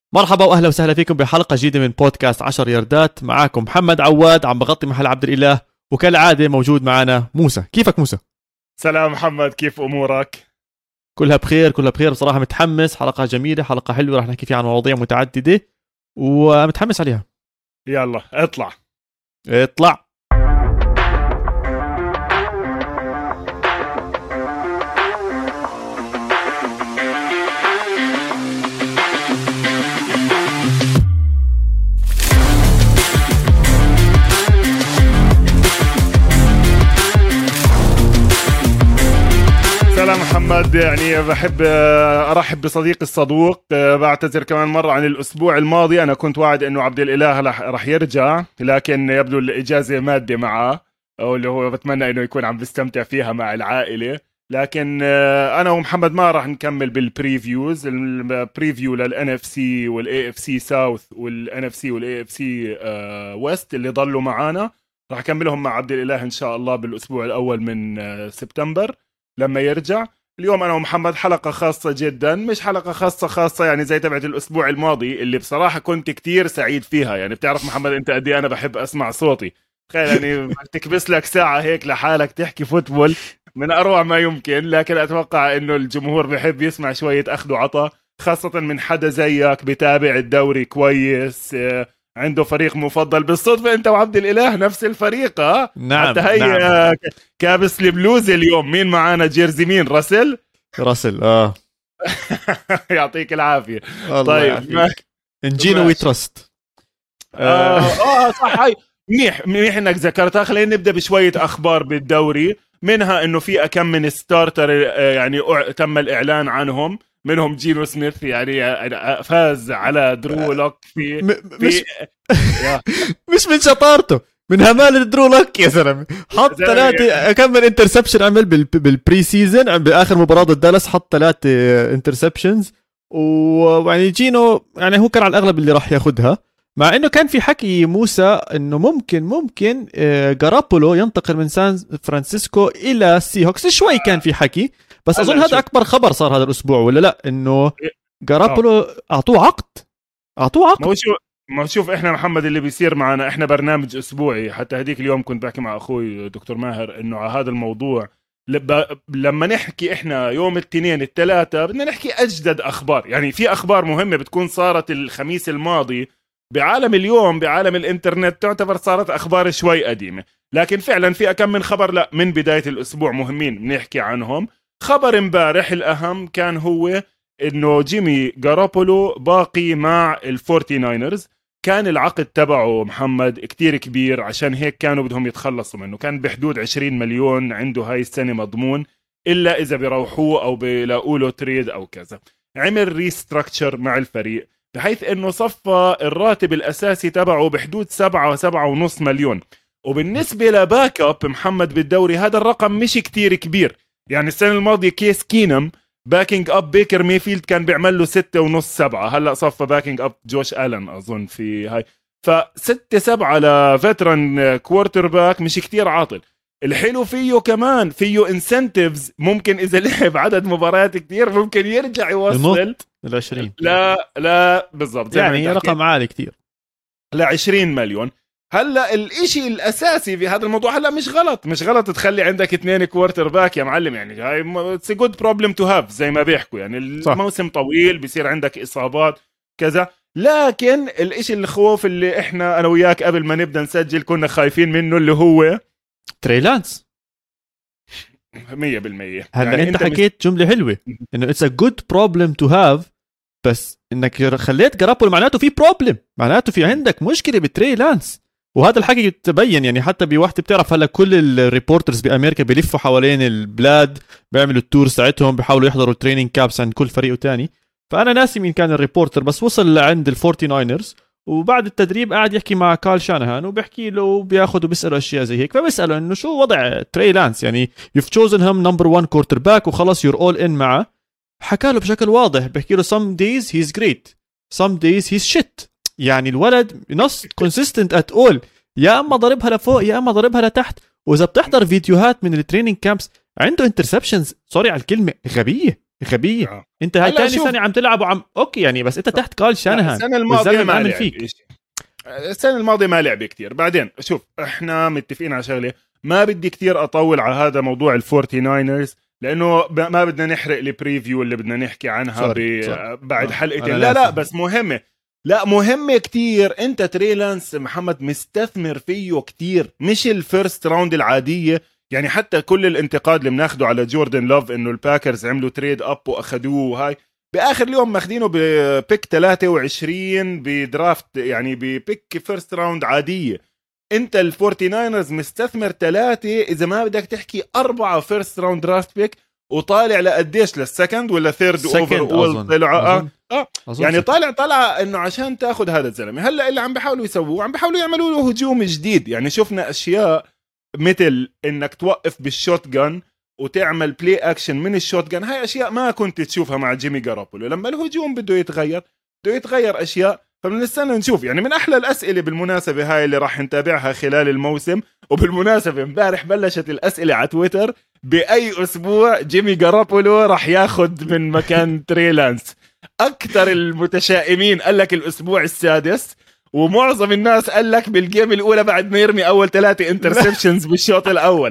مرحبا واهلا وسهلا فيكم بحلقه جديده من بودكاست 10 ياردات. معاكم محمد عواد عم بغطي محل عبد الاله، وكالعاده موجود معنا موسى. كيفك موسى؟ سلام محمد، كيف امورك؟ كلها بخير كلها بخير بصراحه. متحمس، حلقه جميله، حلقه حلوه، رح نحكي فيها عن مواضيع متعدده ومتحمس عليها. يلا اطلع. سلام محمد، يعني بحب ارحب بصديقي الصدوق. بعتذر كمان مرة عن الاسبوع الماضي، انا كنت واعد انه عبد الاله رح يرجع، لكن يبدو الاجازة مادة معه، او اللي هو بتمنى انه يكون عم بيستمتع فيها مع العائلة. لكن انا ومحمد ما راح نكمل بالبريفيوز. البريفيو للان اف سي والاي اف سي ساوث والان اف سي والاي اف سي ويست اللي ضلوا معانا راح اكملهم مع عبد الاله ان شاء الله بالاسبوع الاول من سبتمبر لما يرجع. اليوم أنا ومحمد حلقة خاصة جدا، مش حلقة خاصة يعني زي تبعت الأسبوع الماضي اللي بصراحة كنت كتير سعيد فيها. يعني بتعرف محمد أنت قد إيه أنا بحب أسمع صوتي. تخيل يعني تكبس لك ساعة هيك لحالك تحكي فوتبول، من أروع ما يمكن. لكن أتوقع إنه الجمهور بحب يسمع شوية أخذ وعطا، خاصة من حدا زيك بتابع الدوري كويس، عنده فريق مفضل. بالصدفة أنت وعبد الإله نفس الفريق. نعم حتى هي نعم. كابس البلوز اليوم. مين معانا جيرزي؟ مين؟ راسل. يعطيك العافية. طيب انجينو وي تراست. صح. هاي منيح انك ذكرتها. خلينا نبدأ بشوية أخبار بالدوري، منها انه في كم من ستارتر يعني تم الإعلان عنهم. منهم جينو سميث، يعني فاز على درو لوك في مش من شطارته، من همال درو لوك يا زلمه. حط 3 كمل انترسبشن، عمل بالبري سيزن باخر مباراه ضد دالاس، حط 3 انترسبشنز. ويعني جينو يعني هو كان على الاغلب اللي راح ياخدها، مع انه كان في حكي موسى انه ممكن جارابولو ينتقل من سان فرانسيسكو الى سي هوكس. شوي كان في حكي، بس اظن هذا اكبر خبر صار هذا الاسبوع، ولا لا؟ انه جارابولو اعطوه عقد. ما شوف احنا محمد اللي بيصير معنا، احنا برنامج اسبوعي. حتى هديك اليوم كنت بحكي مع اخوي دكتور ماهر انه على هذا الموضوع لما نحكي احنا يوم الاثنين الثلاثة بدنا نحكي اجدد اخبار. يعني في اخبار مهمة بتكون صارت الخميس الماضي بعالم اليوم، بعالم الانترنت تعتبر صارت اخبار شوي قديمة. لكن فعلا في كم من خبر لا من بداية الاسبوع مهمين بنحكي عنهم. خبر امبارح الاهم كان هو انه جيمي جارابولو باقي مع الفورتي ناينرز. كان العقد تبعه محمد كتير كبير، عشان هيك كانوا بدهم يتخلصوا منه. كان بحدود 20 مليون عنده هاي السنة مضمون، إلا إذا بيروحوه أو بيلاقوا له تريد أو كذا. عمل ريستراكتشر مع الفريق بحيث إنه صفى الراتب الأساسي تبعه بحدود 7.5 مليون. وبالنسبة لباك أب محمد بالدوري هذا الرقم مش كتير كبير. يعني السنة الماضية كيس كينم باكينج اب بيكر ميفيلد كان بيعمل له 6.5 7. هلا صفى باكينج اب جوش آلن اظن في هاي. ف6 7 لفترن كوارتر باك مش كتير عاطل. الحلو فيه كمان فيه انسنتيفز، ممكن اذا لعب عدد مباريات كتير ممكن يرجع يوصل ل20. لا بالضبط، يعني رقم عالي كتير، ل20 مليون. هلا الاشي الاساسي في هذا الموضوع، هلا مش غلط تخلي عندك 2 كوارتر باك يا معلم. يعني هاي اتس جود بروبلم تو هاف زي ما بيحكوا. يعني الموسم طويل، بيصير عندك اصابات كذا. لكن الاشي الخوف اللي احنا انا وياك قبل ما نبدا نسجل كنا خايفين منه اللي هو تري لانس. 100%. هلا يعني انت حكيت جمله حلوه انه اتس ا جود بروبلم تو هاف، بس انك خليت جارابولو معناته في بروبلم، معناته في عندك مشكله بتري لانس. وهذا الحكي يتبين يعني حتى بوقت بتعرف هلا كل الريبورترز بامريكا بيلفوا حوالين البلاد، بيعملوا التور ساعتهم، بيحاولوا يحضروا التريننج كابس عند كل فريق وتاني. فانا ناسي مين كان الريبورتر، بس وصل لعند الفورتي ناينرز وبعد التدريب قاعد يحكي مع كارل شانهان وبيحكي له بياخذ وبيساله اشياء زي هيك. فبيساله انه شو وضع تري لانس، يعني you've chosen him number 1 quarter back وخلص you're all in معه. حكى له بشكل واضح، بيحكي له some days he's great some days he's shit. يعني الولد نص consistent at all، يا اما ضربها لفوق يا اما ضربها لتحت. واذا بتحضر فيديوهات من التريننج كامبس عنده انترسبشنز، سوري على الكلمه، غبيه. غبية. انت هاي تاني سنة عم تلعب وعم اوكي يعني، بس انت تحت كارل شانهان. السنة الماضية ما لعب فيك. السنة الماضية ما لعب كتير. بعدين شوف احنا متفقين على شغلة، ما بدي كتير اطول على هذا موضوع الفورتي ناينرز، لانه ما بدنا نحرق البريفيو اللي بدنا نحكي عنها بعد حلقتين. لا بس مهمة، لا مهمة كتير. انت تري لانس محمد مستثمر فيه كتير، مش الفيرست راوند العادية. يعني حتى كل الانتقاد اللي بناخده على جوردن لوف انه الباكرز عملوا تريد اب واخدوه، وهاي باخر اليوم ماخدينه ببيك 23 بدرافت، يعني ببيك فيرست راوند عادية. انت الفورتي ناينرز مستثمر 3، اذا ما بدك تحكي 4 فيرست راوند درافت بيك، وطالع لقديش للسكند ولا ثيرد اوفر اول طلع يعني طالع انه عشان تاخذ هذا الزلمه. هلا اللي عم بيحاولوا يسووه، عم بيحاولوا يعملوا له هجوم جديد. يعني شفنا اشياء مثل انك توقف بالشوت جن وتعمل بلاي اكشن من الشوت جن، هاي اشياء ما كنت تشوفها مع جيمي جارابولو. لما الهجوم بده يتغير اشياء، فبنستنى نشوف. يعني من احلى الاسئله بالمناسبه هاي اللي راح نتابعها خلال الموسم. وبالمناسبه امبارح بلشت الاسئله على تويتر، باي اسبوع جيمي جارابولو راح ياخذ من مكان تري لانس. اكثر المتشائمين قال لك الاسبوع السادس، ومعظم الناس قال لك بالجيم الاولى بعد ما يرمي اول 3 انترسبشنز بالشوط الاول.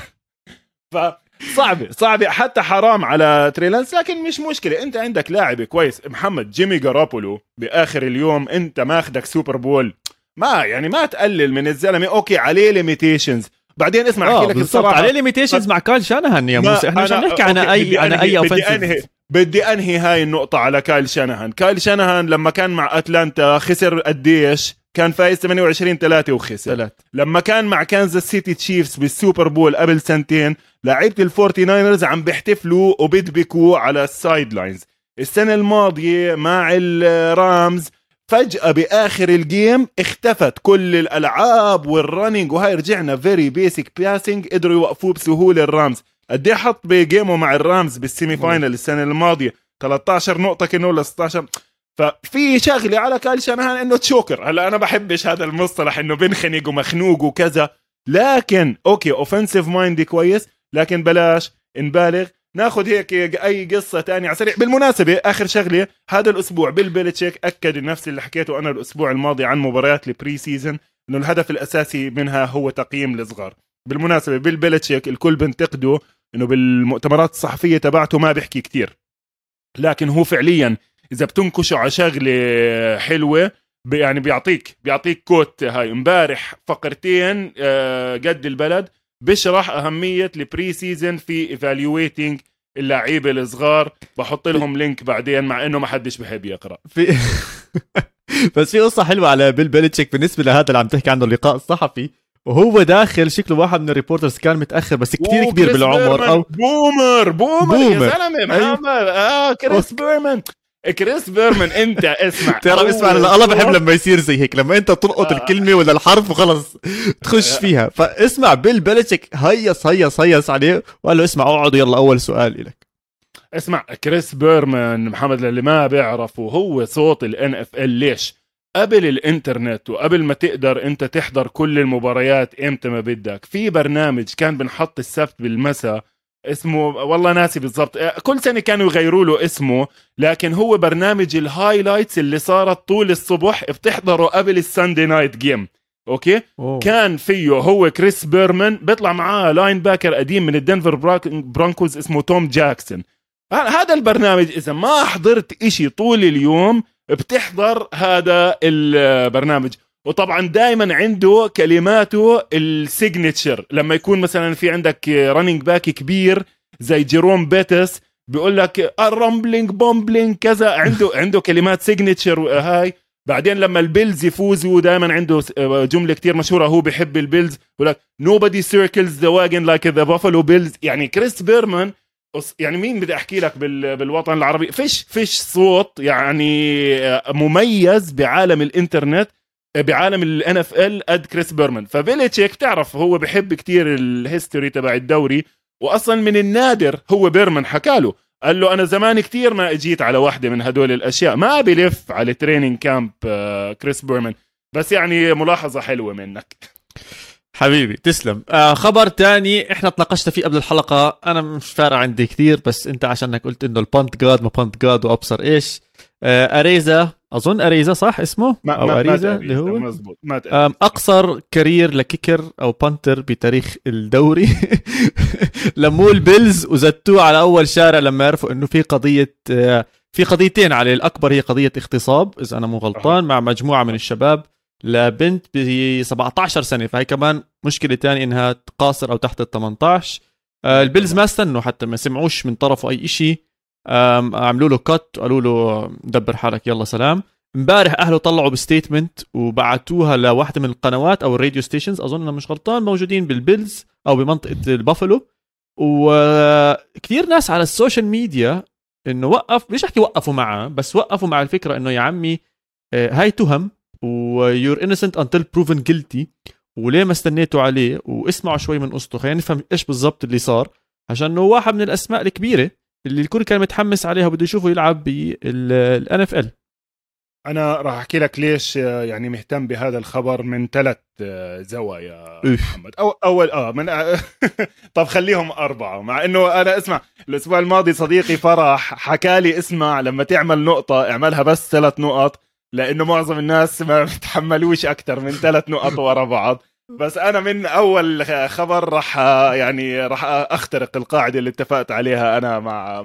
صعبة حتى حرام على تري لانس، لكن مش مشكلة. انت عندك لاعب كويس محمد. جيمي جارابولو باخر اليوم انت ماخدك سوبر بول، ما تقلل من الزلمة. اوكي عليه ليميتيشنز. بعدين اسمع احكي لك الصراحة، عليه ليميتيشنز مع كايل شانهان يا موسى. احنا مش عم نحكي عن اي اوفنسيف. بدي انهي هاي النقطة على كايل شانهان لما كان مع اتلانتا خسر قديش؟ كان فايز 28-3 وخسر. لما كان مع كانزاس سيتي تشيفز بالسوبر بول قبل سنتين، لعيبة الفورتي ناينرز عم بيحتفلوا وبيدبكوا على السايد لاينز. السنة الماضية مع الرامز فجأة بآخر الجيم اختفت كل الألعاب والرننج، وهاي رجعنا فيري بيسك باسنج، قدروا يوقفوه بسهولة الرامز. قديه حط بجيمه مع الرامز بالسيمي فاينل السنة الماضية 13 نقطة كانوا ولا 16. ففي شغلة على كايل شانهان انه تشوكر. هلا انا بحبش هذا المصطلح انه بنخنق ومخنوق وكذا، لكن اوكي اوفنسيف مايند كويس، لكن بلاش نبالغ. ناخذ هيك اي قصة تانية على سريع. بالمناسبة اخر شغلة، هذا الاسبوع بيل بيلتشيك اكد نفس اللي حكيته انا الاسبوع الماضي عن مباريات البري سيزن، انه الهدف الاساسي منها هو تقييم الصغار. بالمناسبة بيل بيلتشيك الكل بنتقده انه بالمؤتمرات الصحفية تبعته ما بيحكي كتير، لكن هو فعليا اذا بتنكشه على شغله حلوه يعني بيعطيك كوت. هاي امبارح فقرتين قد البلد بشرح اهميه البري سيزن في ايفالويتنج اللاعيبه الصغار. بحط لهم لينك بعدين، مع انه ما حدش بحب يقرا بس في قصه حلوه على بيل بيلتشيك بالنسبه لهذا اللي عم تحكي عنه اللقاء الصحفي، وهو داخل شكله واحد من الريبورترز كان متاخر بس كتير كبير بالعمر، او بومر يا زلمه محمد. كريس بيرمان انت اسمع اسمع الله بحب لما يصير زي هيك، لما انت تلقط الكلمه ولا الحرف وخلص تخش فيها. فاسمع بيل بيلتشيك هيص عليه وقال له اسمع اقعد يلا اول سؤال لك. اسمع كريس بيرمان محمد اللي ما بيعرفه هو صوت NFL. ليش؟ قبل الانترنت وقبل ما تقدر انت تحضر كل المباريات امتى ما بدك، في برنامج كان بنحط السبت بالمساء اسمه والله ناسي بالضبط، كل سنة كانوا يغيروا له اسمه، لكن هو برنامج الهايلايتس اللي صارت طول الصبح بتحضره قبل الساندي نايت جيم. اوكي كان فيه هو كريس بيرمان، بيطلع معاه لاين باكر قديم من الدنفر برانكوز اسمه توم جاكسون. هذا البرنامج اذا ما حضرت اشي طول اليوم بتحضر هذا البرنامج. وطبعا دائما عنده كلماته السيجنتشر، لما يكون مثلا في عندك رننج باك كبير زي جيروم بيتس بيقول لك الرامبلينج بومبلينج كذا، عنده كلمات سيجنتشر هاي. بعدين لما البيلز يفوزوا دائما عنده جملة كتير مشهورة، هو بيحب البيلز بيقول لك nobody circles the wagon like the Buffalo Bills. يعني كريس بيرمان يعني مين بدي احكي لك بالوطن العربي فيش صوت يعني مميز بعالم الانترنت بعالم الان اف ال قد كريس بيرمان. فبيلتشيك تعرف هو بحب كتير الهيستوري تبع الدوري، واصلا من النادر هو بيرمان حكاله قال له انا زمان كتير ما اجيت على واحدة من هدول الاشياء، ما بلف على تريننج كامب كريس بيرمان. بس يعني ملاحظة حلوة منك. حبيبي تسلم. خبر تاني احنا تناقشنا فيه قبل الحلقة، انا مش فارق عندي كثير، بس انت عشانك قلت انه البانت جاد ما بانت جاد وابصر ايش. اريزا، اظن اريزا صح اسمه، او اريزا اللي هو مزبوط. اقصر كارير لكيكر او بانتر بتاريخ الدوري. لموه البيلز وزتوه على اول شارع لما عرفوا انه في قضية، في قضيتين عليه. الاكبر هي قضية اغتصاب اذا انا مو غلطان مع مجموعة من الشباب لبنت ب 17 سنة، فهي كمان مشكلة تانية انها تقاصر او تحت ال 18. البيلز ما استنوا حتى، ما سمعوش من طرفه اي اشي، عملوا له كات وقالوا له دبر حالك يلا سلام. امبارح اهله طلعوا بستيتمنت وبعتوها لواحدة من القنوات او الراديو ستيشنز، اظن انا مش غلطان موجودين بالبيلز او بمنطقة البافلو. وكثير ناس على السوشيال ميديا انه وقف، مش احكي وقفوا معه، بس وقفوا مع الفكرة انه يا عمي هاي تهم ويور innocent until proven guilty، وليه ما استنيتوا عليه واسمعوا شوي من قصته، خلينا نفهم ايش بالضبط اللي صار، عشان هو واحد من الاسماء الكبيره اللي الكل كان متحمس عليها وبده يشوفه يلعب بالان اف ال. انا راح احكي لك ليش يعني مهتم بهذا الخبر من 3 زوايا محمد. اول من طب خليهم 4، مع انه انا اسمع الاسبوع الماضي صديقي فرح حكالي اسمع لما تعمل نقطه اعملها بس 3 نقط، لانه معظم الناس ما بتحملوش اكثر من 3 نقط ورا بعض. بس انا من اول خبر راح اخترق القاعده اللي اتفقت عليها انا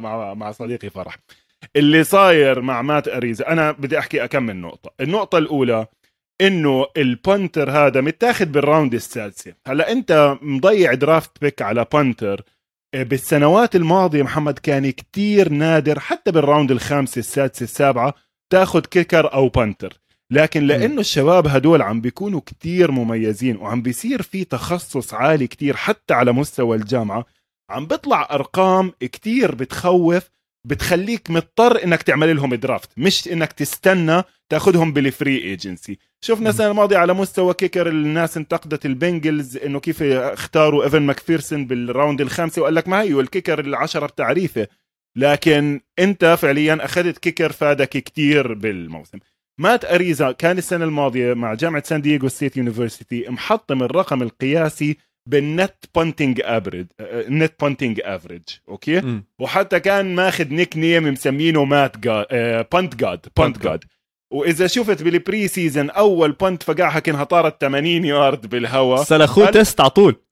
مع صديقي فرح. اللي صاير مع مات أريزا، انا بدي احكي اكمل نقطه. النقطه الاولى انه البانتر هذا متاخد بالراوند السادسه. هلا انت مضيع درافت بيك على بانتر. بالسنوات الماضيه محمد كان كتير نادر حتى بالراوند الخامسه السادسه السابعه تاخد كيكر او بانتر، لكن لانه الشباب هدول عم بيكونوا كتير مميزين وعم بيصير في تخصص عالي كتير حتى على مستوى الجامعة، عم بيطلع ارقام كتير بتخوف، بتخليك مضطر انك تعمل لهم درافت، مش انك تستنى تاخدهم بالفري ايجنسي. شفنا السنه الماضيه على مستوى كيكر الناس انتقدت البنجلز انه كيف اختاروا ايفن ماكفيرسون بالراوند الخامسه، وقال لك ما هي الكيكر ال10 بتعريفه، لكن انت فعليا اخذت كيكر فادك كتير بالموسم. مات أريزا كان السنه الماضيه مع جامعه سان دييغو ستيت يونيفرسيتي محطم الرقم القياسي بالنت بونتينج افريج، نت بونتينج افريج، اوكي. وحتى كان ماخذ نيك نيم مسمينه مات جاد، بونت جاد. واذا شفت بالبري سيزن اول بونت فقعها كانها طارت 80 يارد بالهواء، سلخوه تيست على طول.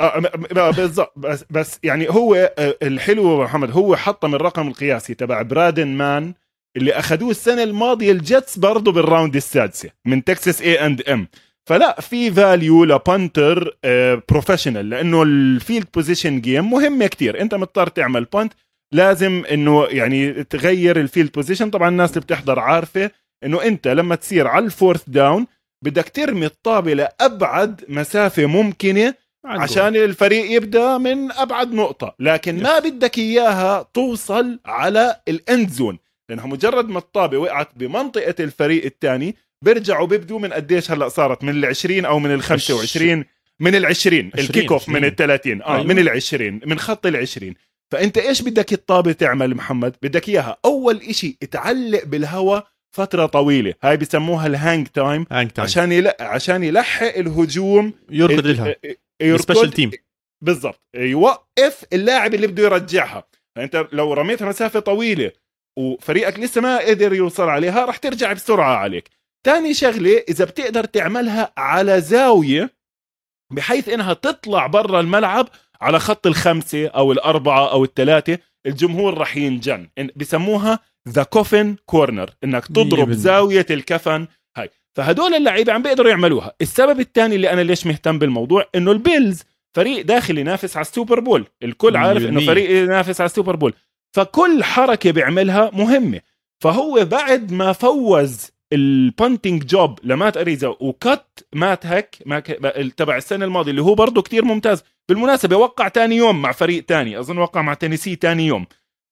بالضبط. بس يعني هو الحلو محمد، هو حطم الرقم القياسي تبع برادن مان اللي اخذوه السنه الماضيه الجيتس برضه بالراوند السادسه من تكساس A&M. فلا في فاليو لبانتر بروفيشنال، لانه الفيلد بوزيشن جيم مهمه كتير. انت مضطر تعمل بانت، لازم انه يعني تغير الفيلد بوزيشن. طبعا الناس اللي بتحضر عارفه انه انت لما تصير على الفورث داون بدك ترمي الطابه لابعد مسافه ممكنه عشان الفريق يبدا من ابعد نقطه، لكن ما بدك اياها توصل على الاند زون، لانها مجرد ما الطابه وقعت بمنطقه الفريق الثاني بيرجعوا بيبدوا من قديش هلا صارت من 20 او من 25 من 20 الكيك اوف من 30 أيوة. من 20 من خط 20. فانت ايش بدك الطابه تعمل محمد؟ بدك اياها اول إشي تعلق بالهواء فتره طويله، هاي بسموها الهانج تايم، عشان يلحق الهجوم، يركض لها سبيشال تيم بالضبط، يوقف اللاعب اللي بده يرجعها. فانت لو رميتها مسافه طويله وفريقك لسه ما قدر يوصل عليها راح ترجع بسرعه عليك. تاني شغله اذا بتقدر تعملها على زاويه بحيث انها تطلع برا الملعب على خط 5 او 4 او 3، الجمهور راح ينجن. بسموها ذا كوفن كورنر، انك تضرب زاويه الكفن هاي. فهدول اللعيبه عم بيقدروا يعملوها. السبب الثاني اللي انا ليش مهتم بالموضوع انه البيلز فريق داخل ينافس على السوبر بول، الكل عارف انه فريق ينافس على السوبر بول، فكل حركه بيعملها مهمه. فهو بعد ما فوز البانتينج جوب لمات أريزا وكت مات هيك تبع السنه الماضيه اللي هو برضه كتير ممتاز بالمناسبه، وقع تاني يوم مع فريق تاني، اظن وقع مع تينيسي تاني يوم.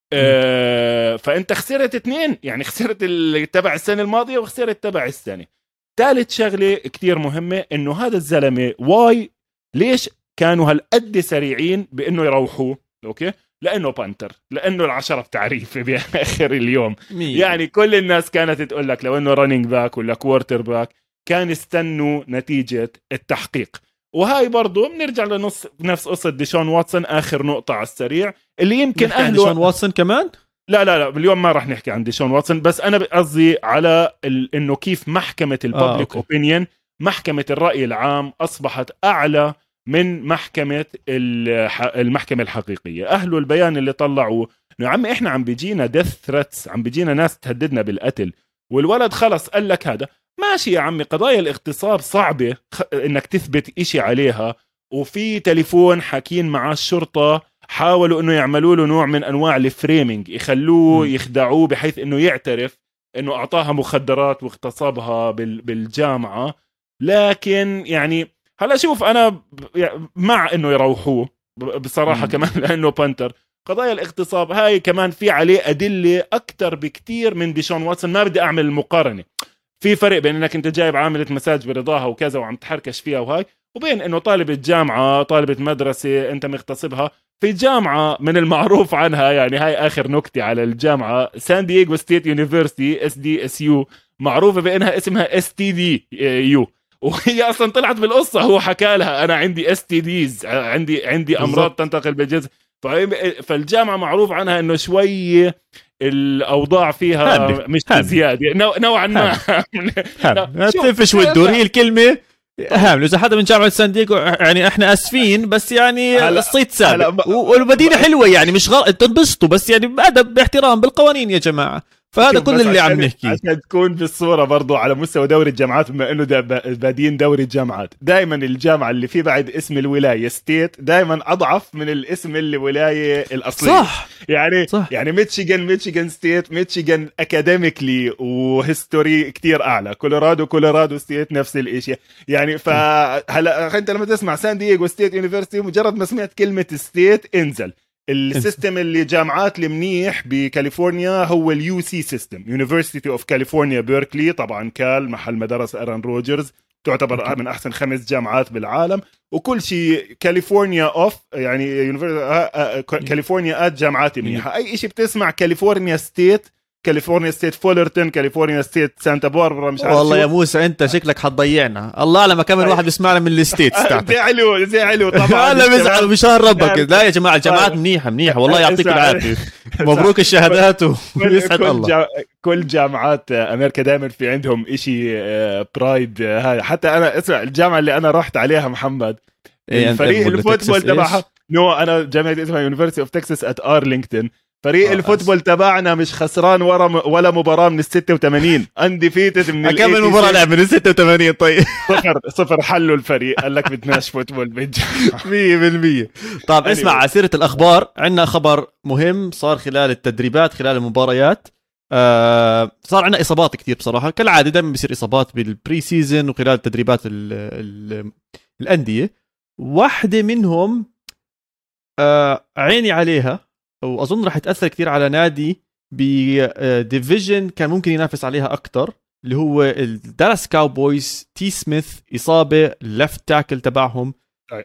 فانت خسرت 2، يعني خسرت تبع السنه الماضيه وخسرت تبع السنه. ثالث شغله كتير مهمه انه هذا الزلمه ليش كانوا هالقد سريعين بانه يروحوه؟ اوكي، لانه بانتر، لانه ال10 بتعريفه باخر اليوم. يعني كل الناس كانت تقول لك لو انه رانينج باك ولا كوارتر باك كان يستنوا نتيجه التحقيق. وهاي برضو بنرجع نفس قصة ديشون واتسون. آخر نقطة على السريع اللي يمكن أهله ديشون واتسون كمان لا اليوم ما راح نحكي عن ديشون واتسون، بس أنا قصدي على إنه كيف محكمة الببليك أوبينيون، محكمة الرأي العام أصبحت أعلى من محكمة المحكمة الحقيقية. أهله البيان اللي طلعوا إنه عمي إحنا عم بيجينا ديث ثريتس، عم بيجينا ناس تهددنا بالقتل، والولد خلص قال لك هذا ماشي يا عمي. قضايا الاغتصاب صعبة إنك تثبت إشي عليها، وفي تليفون حاكين مع الشرطة حاولوا إنه يعملوا له نوع من أنواع الفريمينج، يخلوه يخدعوه بحيث إنه يعترف إنه أعطاها مخدرات واغتصبها بالجامعة. لكن يعني هلا شوف أنا مع إنه يروحوه بصراحة كمان لأنه بانتر. قضايا الاغتصاب هاي كمان في عليه أدلة أكتر بكتير من ديشون واتسون. ما بدي أعمل المقارنة، في فرق بين إنك أنت جايب عاملة مساج برضاها وكذا وعم تحركش فيها وهاي، وبين إنه طالبة جامعة طالبة مدرسة أنت مغتصبها في جامعة من المعروف عنها. يعني هاي آخر نكتة على الجامعة، سان دييغو ستيت يونيفرسيتي SDSU، معروفة بأنها اسمها STDU، وهي أصلا طلعت بالقصة هو حكى لها أنا عندي STDs، عندي أمراض تنتقل بالجنس. فالجامعة معروف عنها إنه شوي الأوضاع فيها مش زيادة نوعا ما. تفش والدور هي الكلمة هامل. إذا حدا من جامعة سان دييغو يعني إحنا أسفين، بس يعني الصيت سابق والمدينة حلوة، يعني مش غلط تنبسطوا، بس يعني بأدب باحترام بالقوانين يا جماعة. فهذا كل اللي عم نحكي عشان تكون بالصورة برضو على مستوى دوري الجامعات. بما انه بادين دوري الجامعات، دائما الجامعة اللي في بعد اسم الولاية ستيت دائما اضعف من الاسم الولاية الاصلية. صح. يعني صح. يعني ميشيغان ستيت، ميشيغان اكاديميكلي وهيستوري كتير اعلى. كولورادو ستيت نفس الاشي. يعني فهلا انت لما تسمع سان دييغو ستيت يونيفرسيتي، مجرد ما سمعت كلمة ستيت انزل. السيستم اللي جامعات المنيح بكاليفورنيا هو اليو سي سيستم، يونيفرسيتي اوف كاليفورنيا بيركلي. طبعا كال محل مدرسة أران روجرز، تعتبر من احسن 5 جامعات بالعالم. وكل شيء كاليفورنيا اوف يعني كاليفورنيا جامعات منيحة. اي شيء بتسمع كاليفورنيا ستيت، كاليفورنيا ستيت فولرتون، كاليفورنيا ستيت سانتا باربرا، مش عارف. والله يا موسى انت شكلك حتضيعنا. الله اعلم كم واحد بيسمعنا من الستيتس تاعتك. زعلوا طبعا. انا بزعل مشان ربك. لا يا جماعه الجامعات منيحه والله يعطيك العافيه. مبروك الشهادات ويسعد الله. كل جامعات امريكا دائما في عندهم إشي برايد. هاي حتى انا اسمع الجامعه اللي انا رحت عليها محمد، الفريق الفوتبول تبعها انا جامعه اسمها يونيفرسيتي اوف تكساس ات ارلينغتون. فريق الفوتبول تبعنا مش خسران ولا مباراة من 86. انديفيتد من كم المباراة لعب من 86؟ طيب 0 حلوا الفريق قال لك بدناش فوتبول 100%. طب اسمع، على سيرة الأخبار عندنا خبر مهم صار خلال التدريبات، خلال المباريات. صار عندنا إصابات كتير بصراحة، كالعادة دائما بيصير إصابات بالبري سيزن وخلال التدريبات الأندية. واحدة منهم عيني عليها، وأظن راح يتأثر كتير على نادي بديفيجن كان ممكن ينافس عليها أكتر، اللي هو الدالاس كاوبويز. تي سميث إصابة لفت تاكل تبعهم،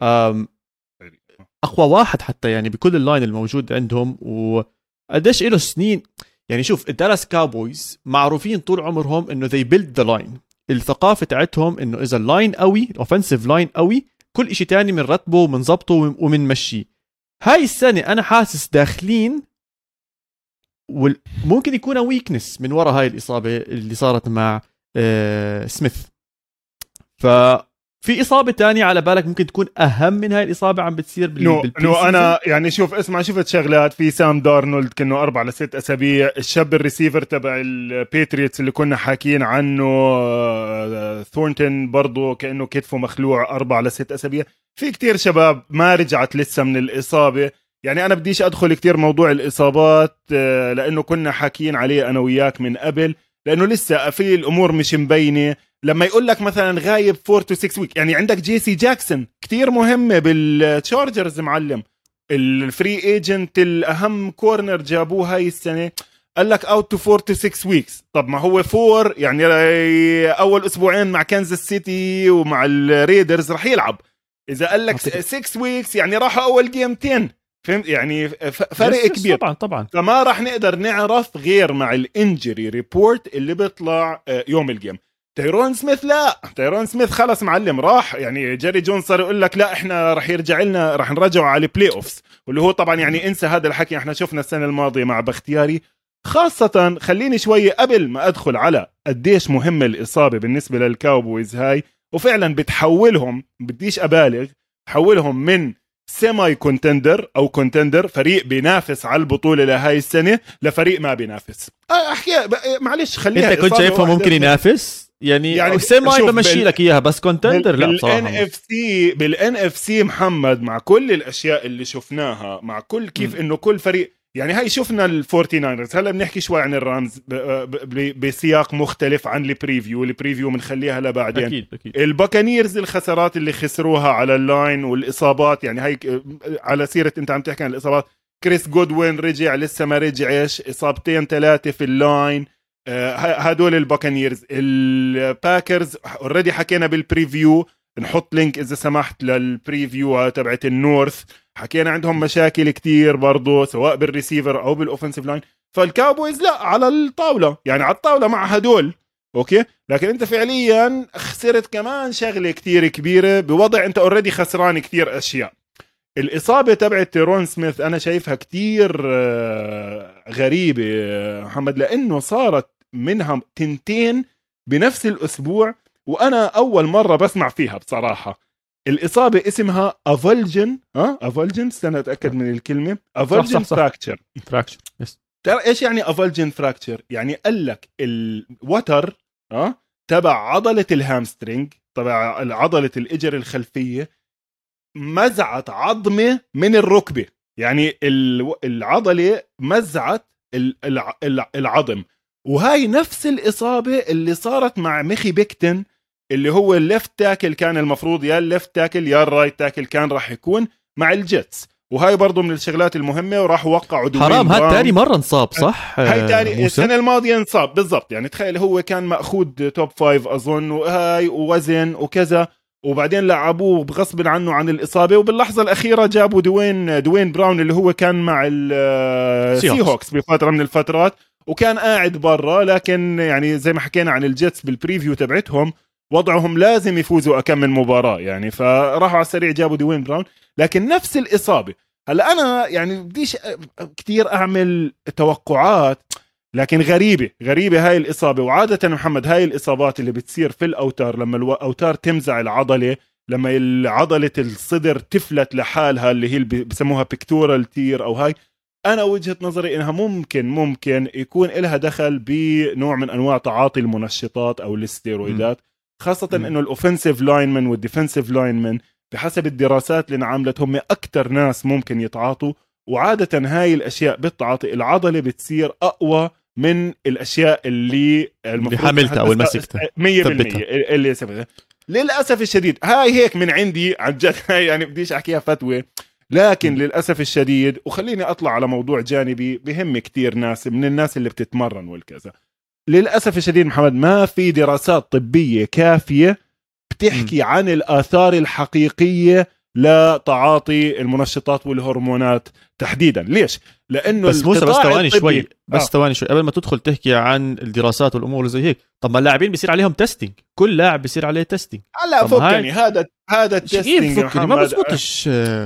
أقوى واحد حتى يعني بكل اللاين الموجود عندهم. وقديش إله سنين يعني. شوف الدالاس كاوبويز معروفين طول عمرهم إنه they build the line. الثقافة تاعتهم إنه إذا اللاين قوي، الأوفنسيف لاين قوي، كل إشي تاني من رتبه ومن ضبطه ومن مشيه. هاي السنة أنا حاسس داخلين وممكن يكون ويكنس من وراء هاي الإصابة اللي صارت مع سميث. ففي إصابة تانية على بالك ممكن تكون أهم من هاي الإصابة عم بتصير أنا يعني شفت شغلات في سام دارنولد كأنه 4 ل 6 أسابيع. الشاب الريسيفر تبع البيتريتس اللي كنا حاكين عنه ثورنتون برضو كأنه كتفه مخلوع 4 ل 6 أسابيع. في كتير شباب ما رجعت لسه من الإصابة. يعني أنا بديش أدخل كتير موضوع الإصابات لأنه كنا حاكين عليه أنا وياك من قبل، لأنه لسه في الأمور مش مبينة. لما يقول لك مثلا غايب 4 to 6 ويك، يعني عندك جيسي جاكسون كتير مهمة بالتشارجرز معلم، الفري ايجنت الأهم كورنر جابوه هاي السنة، قال لك out to 4 to 6 weeks. طب ما هو 4 يعني أول أسبوعين مع كانزاس سيتي ومع الريدرز رح يلعب. إذا قال لك 6 weeks يعني راح أول جيمتين، فهمت يعني فرق كبير. طبعا فما راح نقدر نعرف غير مع الانجري ريبورت اللي بيطلع يوم الجيم. تايرون سميث لا، تايرون سميث خلص معلم راح، يعني جيري جونز صار يقول لك لا احنا راح يرجع لنا، راح نرجعه على البلاي اوفز، واللي هو طبعا يعني انسى هذا الحكي، احنا شفنا السنه الماضيه مع بختياري. خاصه خليني شويه قبل ما ادخل على قديش مهمه الاصابه بالنسبه للكاوبويز هاي، وفعلا بتحولهم، بديش ابالغ، تحولهم من سيماي كونتندر او كونتندر، فريق بينافس على البطوله لهاي السنه، لفريق ما بينافس. احكي معلش خليها. انت كنت شايفه ممكن ينافس يعني سيماي بمشي لك اياها، بس كونتندر لا بصراحه. بالان اف سي محمد، مع كل الاشياء اللي شفناها، مع كل كيف انه كل فريق، يعني هاي شفنا الفورتي ناينرز، هلا بنحكي شوي عن الرامز بسياق مختلف عن البريفيو بنخليها لبعدين. أكيد. الباكانيرز الخسارات اللي خسروها على اللاين والاصابات، يعني هاي على سيره انت عم تحكي عن الاصابات، كريس جودوين رجع لسه ما رجعش، اصابتين 3 في اللاين، هدول الباكانيرز. الباكرز اوريدي حكينا بالبريفيو، نحط لينك اذا سمحت للبريفيو تبعت النورث، حكينا عندهم مشاكل كتير برضو سواء بالريسيفر او بالاوفنسيف لاين. فالكاوبويز لا على الطاوله، يعني على الطاوله مع هدول اوكي، لكن انت فعليا خسرت كمان شغله كتير كبيره بوضع انت اوريدي خسران كتير اشياء. الاصابه تبعت تيرون سميث انا شايفها كتير غريبه محمد، لانه صارت منها تنتين بنفس الاسبوع، وانا اول مره بسمع فيها بصراحه. الاصابه اسمها افولجن، افولجن، استنى اتاكد من الكلمه، افولجن فراكتشر. ترى ايش يعني افولجن فراكتشر؟ يعني قال لك الوتر تبع عضله الهامسترينج، تبع عضله الاجر الخلفيه، مزعت عظمه من الركبه، يعني العضله مزعت العظم. وهاي نفس الاصابه اللي صارت مع ميخي بيكتن، اللي هو الليفت تاكل، كان المفروض يا الليفت تاكل يا الرايت تاكل كان راح يكون مع الجيتس، وهاي برضو من الشغلات المهمة. وراح وقعوا دوين حرام، هاد تاني مرة انصاب صح؟ هاي تاني السنة الماضية انصاب بالضبط، يعني تخيل هو كان مأخوذ توب 5 أظن، وهاي ووزن وكذا، وبعدين لعبوه بغصب عنه عن الإصابة، وباللحظة الأخيرة جابوا دوين براون اللي هو كان مع السي هوكس بفترة من الفترات، وكان قاعد برا. لكن يعني زي ما حكينا عن الجيتس بالبريفيو تبعتهم، وضعهم لازم يفوزوا أكم من مباراة يعني، فراحوا على السريع جابوا دوين براون. لكن نفس الإصابة. هلا أنا يعني بديش كتير أعمل توقعات، لكن غريبة هاي الإصابة. وعادة محمد هاي الإصابات اللي بتصير في الأوتار، لما الأوتار تمزع العضلة، لما عضلة الصدر تفلت لحالها اللي هي بسموها بيكتورال تير أو هاي، أنا وجهة نظري إنها ممكن يكون إلها دخل بنوع من أنواع تعاطي المنشطات أو الاستيرويدات، خاصة إنه الأوفنسيف لاينمن والديفنسيف لاينمن بحسب الدراسات اللي انعملت هم أكتر ناس ممكن يتعاطوا. وعادة هاي الأشياء بالتعاطي العضلة بتصير أقوى من الأشياء اللي حملتها أو المسكتها 100% اللي سبتها. للأسف الشديد هاي هيك من عندي عن جد، هاي يعني بديش أحكيها فتوى، لكن للأسف الشديد، وخليني أطلع على موضوع جانبي بهم كتير ناس من الناس اللي بتتمرن والكذا. للأسف الشديد محمد ما في دراسات طبية كافية بتحكي عن الآثار الحقيقية لتعاطي المنشطات والهرمونات تحديدا. ليش؟ لأنه بس موسى بس ثواني شوي، ثواني شوي قبل ما تدخل تحكي عن الدراسات والأمور زي هيك. طب ما اللاعبين بيصير عليهم تيستينج، كل لاعب بيصير عليه تيستينج. لا فكني هذا التيستينج ما بزبطش.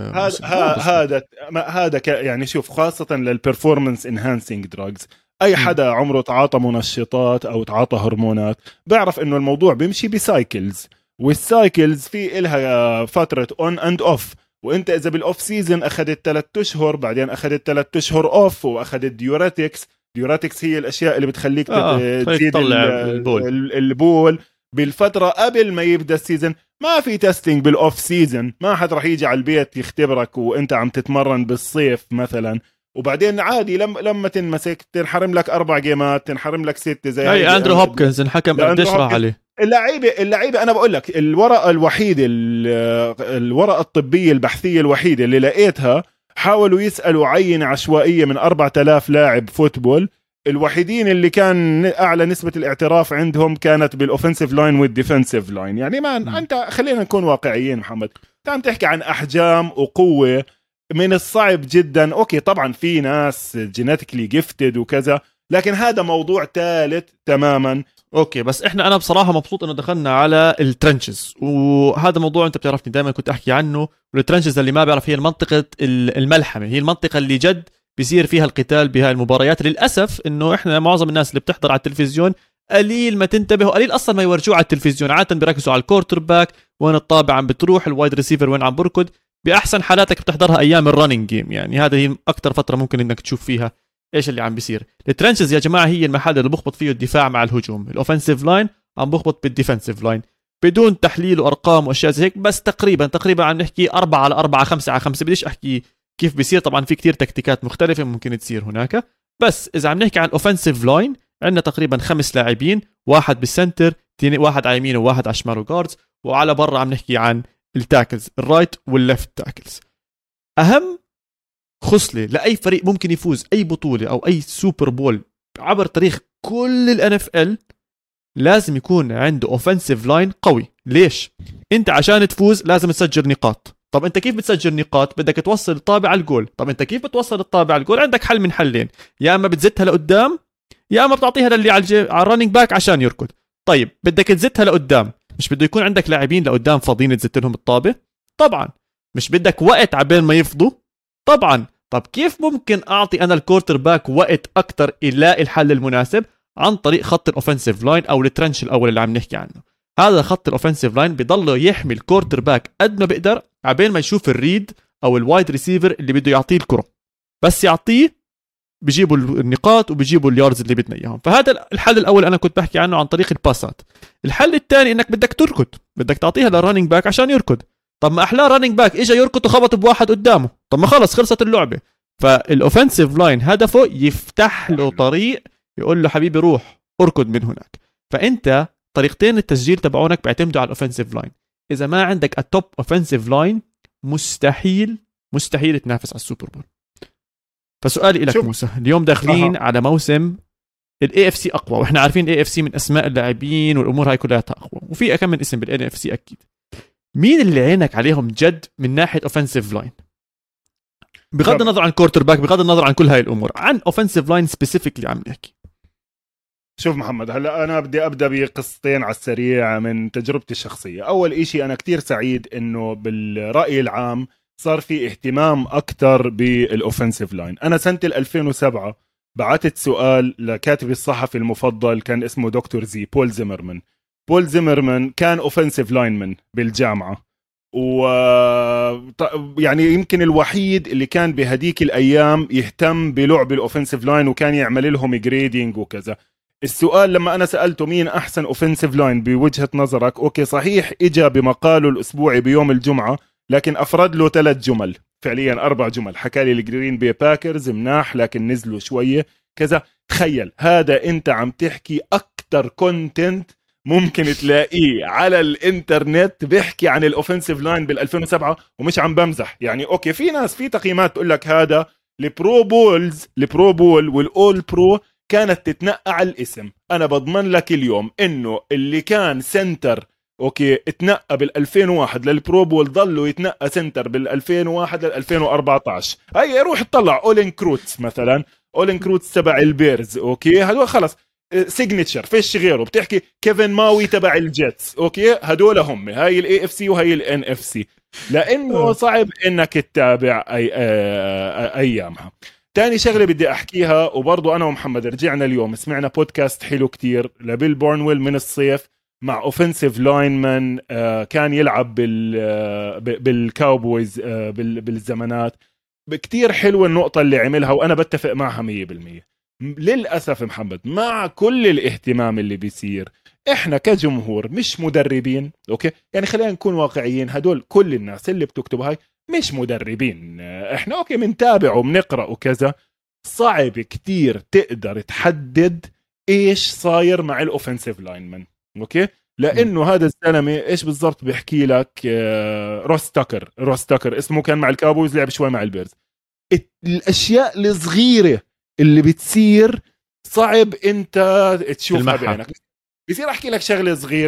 هذا يعني شوف، خاصة للبرفورمانس انهانسينج دراجز، اي حدا عمره تعاطى منشطات او تعاطى هرمونات بيعرف انه الموضوع بيمشي بسايكلز، والسايكلز في إلها فترة اون اند اوف. وانت اذا بالاوف سيزن اخذت 3 اشهر، بعدين اخذت 3 اشهر اوف، واخذت ديوريتكس هي الاشياء اللي بتخليك تزيد البول بالفترة قبل ما يبدأ السيزن. ما في تيستينج بالاوف سيزن، ما حد راح يجي على البيت يختبرك وانت عم تتمرن بالصيف مثلا، وبعدين عادي لما تنمسك تنحرم لك 4 جيمات، تنحرم لك 6 زي هاي اندرو هوبكنز انحكم قديش راح عليه. اللعيبه انا بقول لك الورقه الوحيده، الورقه الطبيه البحثيه الوحيده اللي لقيتها، حاولوا يسالوا عينه عشوائيه من 4000 لاعب فوتبول، الوحيدين اللي كان اعلى نسبه الاعتراف عندهم كانت بالاوفنسيف لاين والديفنسيف لاين. يعني ما انت خلينا نكون واقعيين محمد، انت عم تحكي عن احجام وقوه، من الصعب جدا. اوكي طبعا في ناس جينيتيكلي جيفتد وكذا، لكن هذا موضوع ثالث تماما. اوكي بس انا بصراحه مبسوط انه دخلنا على الترنشز، وهذا موضوع انت بتعرفني دائما كنت احكي عنه. والترنشز اللي ما بيعرف هي المنطقه الملحمه، هي المنطقه اللي جد بيصير فيها القتال بهاي المباريات. للاسف انه احنا معظم الناس اللي بتحضر على التلفزيون قليل ما تنتبه، قليل اصلا ما يورجوه على التلفزيون. عاده بيركزوا على الكورتر باك، وين الطابع عم بتروح، الوايد ريسيفر وين عم بركض. باحسن حالاتك بتحضرها ايام الرننج جيم، يعني هذا هي اكثر فتره ممكن انك تشوف فيها ايش اللي عم بيصير. الترنشز يا جماعه هي المحل اللي بخبط فيه الدفاع مع الهجوم. الاوفنسيف لاين عم بخبط بالديفنسيف لاين بدون تحليل وارقام واشياء زي هيك، بس تقريبا عم نحكي 4-4 5-5. بديش احكي كيف بيصير، طبعا في كتير تكتيكات مختلفه ممكن تصير هناك. بس اذا عم نحكي عن الاوفنسيف لاين عندنا تقريبا 5 لاعبين، واحد بالسنتر، واحد على يمين وواحد على شمال جاردز، وعلى برا عم نحكي عن التاكلز الرايت والليفت تاكلز. اهم خصله لاي فريق ممكن يفوز اي بطوله او اي سوبر بول عبر تاريخ كل الان اف ال لازم يكون عنده اوفنسيف لاين قوي. ليش؟ انت عشان تفوز لازم تسجل نقاط. طب انت كيف بتسجل نقاط؟ بدك توصل الطابع على الجول. طب انت كيف بتوصل الطابع على الجول؟ عندك حل من حلين، يا اما بتزتها لقدام يا اما بتعطيها للي على الرننج باك عشان يركض. طيب بدك تزتها لقدام، مش بده يكون عندك لاعبين لقدام فاضيين تزت لهم الطابه؟ طبعا. مش بدك وقت عبين ما يفضوا؟ طبعا. طب كيف ممكن اعطي انا الكورتر باك وقت اكتر يلاقي الحل المناسب؟ عن طريق خط الاوفنسيف لاين او الترنش الاول اللي عم نحكي عنه. هذا خط الاوفنسيف لاين بيضله يحمي الكورتر باك قد ما بيقدر عبين ما يشوف الريد او الوايد ريسيفر اللي بده يعطيه الكره. بس يعطيه بيجيبوا النقاط وبيجيبوا الياردز اللي بدنا اياهم. فهذا الحل الاول انا كنت بحكي عنه عن طريق الباسات. الحل الثاني انك بدك تركض، بدك تعطيها للرننج باك عشان يركض. طب ما احلى رننج باك اجى يركض وخبط بواحد قدامه، طب ما خلص خلصت اللعبه. فالاوفنسيف لاين هدفه يفتح له طريق، يقول له حبيبي روح اركض من هناك. فانت طريقتين التسجيل تبعونك بيعتمدوا على الاوفنسيف لاين. اذا ما عندك التوب اوفنسيف لاين مستحيل تنافس على السوبر بول. فسؤالي لك موسى، اليوم داخلين على موسم الاي اف سي اقوى، واحنا عارفين الاي اف سي من اسماء اللاعبين والامور هاي كلها اقوى، وفي كم من اسم بالان اف سي اكيد. مين اللي عينك عليهم جد من ناحيه اوفنسيف لاين؟ بغض النظر عن كورتر باك، بغض النظر عن كل هاي الامور، عن اوفنسيف لاين سبيسيفيكلي عم نحكي. شوف محمد، هلا انا بدي ابدا بقصتين على السريع من تجربتي الشخصيه. اول إشي انا كتير سعيد انه بالراي العام صار في اهتمام اكثر بالاوفنسيف لاين. انا سنه 2007 بعثت سؤال لكاتبي الصحفي المفضل كان اسمه دكتور زي بول زيمرمان. بول زيمرمان كان اوفنسيف لاينمان بالجامعه، و يعني يمكن الوحيد اللي كان بهديك الايام يهتم بلعب الاوفنسيف لاين وكان يعمل لهم جريدينج وكذا. السؤال لما انا سالته مين احسن اوفنسيف لاين بوجهه نظرك، اوكي صحيح اجى بمقاله الاسبوعي بيوم الجمعه، لكن افرد له 3 جمل، فعليا 4 جمل. حكى لي الجرين بي باكرز مناح لكن نزلوا شويه كذا. تخيل هذا انت عم تحكي اكتر كونتنت ممكن تلاقيه على الانترنت بيحكي عن الاوفنسيف لاين بال2007، ومش عم بمزح. يعني اوكي في ناس في تقييمات تقول لك هذا البرو بول والاول برو كانت تتنقى على الاسم. انا بضمن لك اليوم انه اللي كان سنتر اوكي اتنقى بال2001 للبرو بول ضلوا يتنقى سنتر بال2001 لل2014. هاي روح تطلع اولين كروتس مثلا، اولين كروتس تبع البيرز اوكي هدول خلص سيجنتشر فيش غيره. بتحكي كيفن ماوي تبع الجيتس اوكي هدول هم هاي الاي اف سي وهي الان اف سي، لانه صعب انك تتابع ايامها. تاني شغله بدي احكيها، وبرضو انا ومحمد رجعنا اليوم سمعنا بودكاست حلو كتير لبيل بورنويل من الصيف مع اوفنسيف لاينمان كان يلعب بالكاوبويز بالزمانات. كتير حلوه النقطه اللي عملها وانا بتفق معها 100%. للأسف محمد مع كل الاهتمام اللي بيصير احنا كجمهور مش مدربين اوكي. يعني خلينا نكون واقعيين، هدول كل الناس اللي بتكتب هاي مش مدربين. احنا اوكي منتابع ومنقرأ وكذا. صعب كتير تقدر تحدد ايش صاير مع الاوفنسيف لاينمان اوكي، لانه هذا الزلمه ايش بالضبط بيحكي لك. روس تاكر اسمه كان مع الكاوبويز، لعب شوي مع البيرز. الاشياء الصغيره اللي بتصير صعب انت تشوفها بعينك. بصير احكي لك شغله صغيره،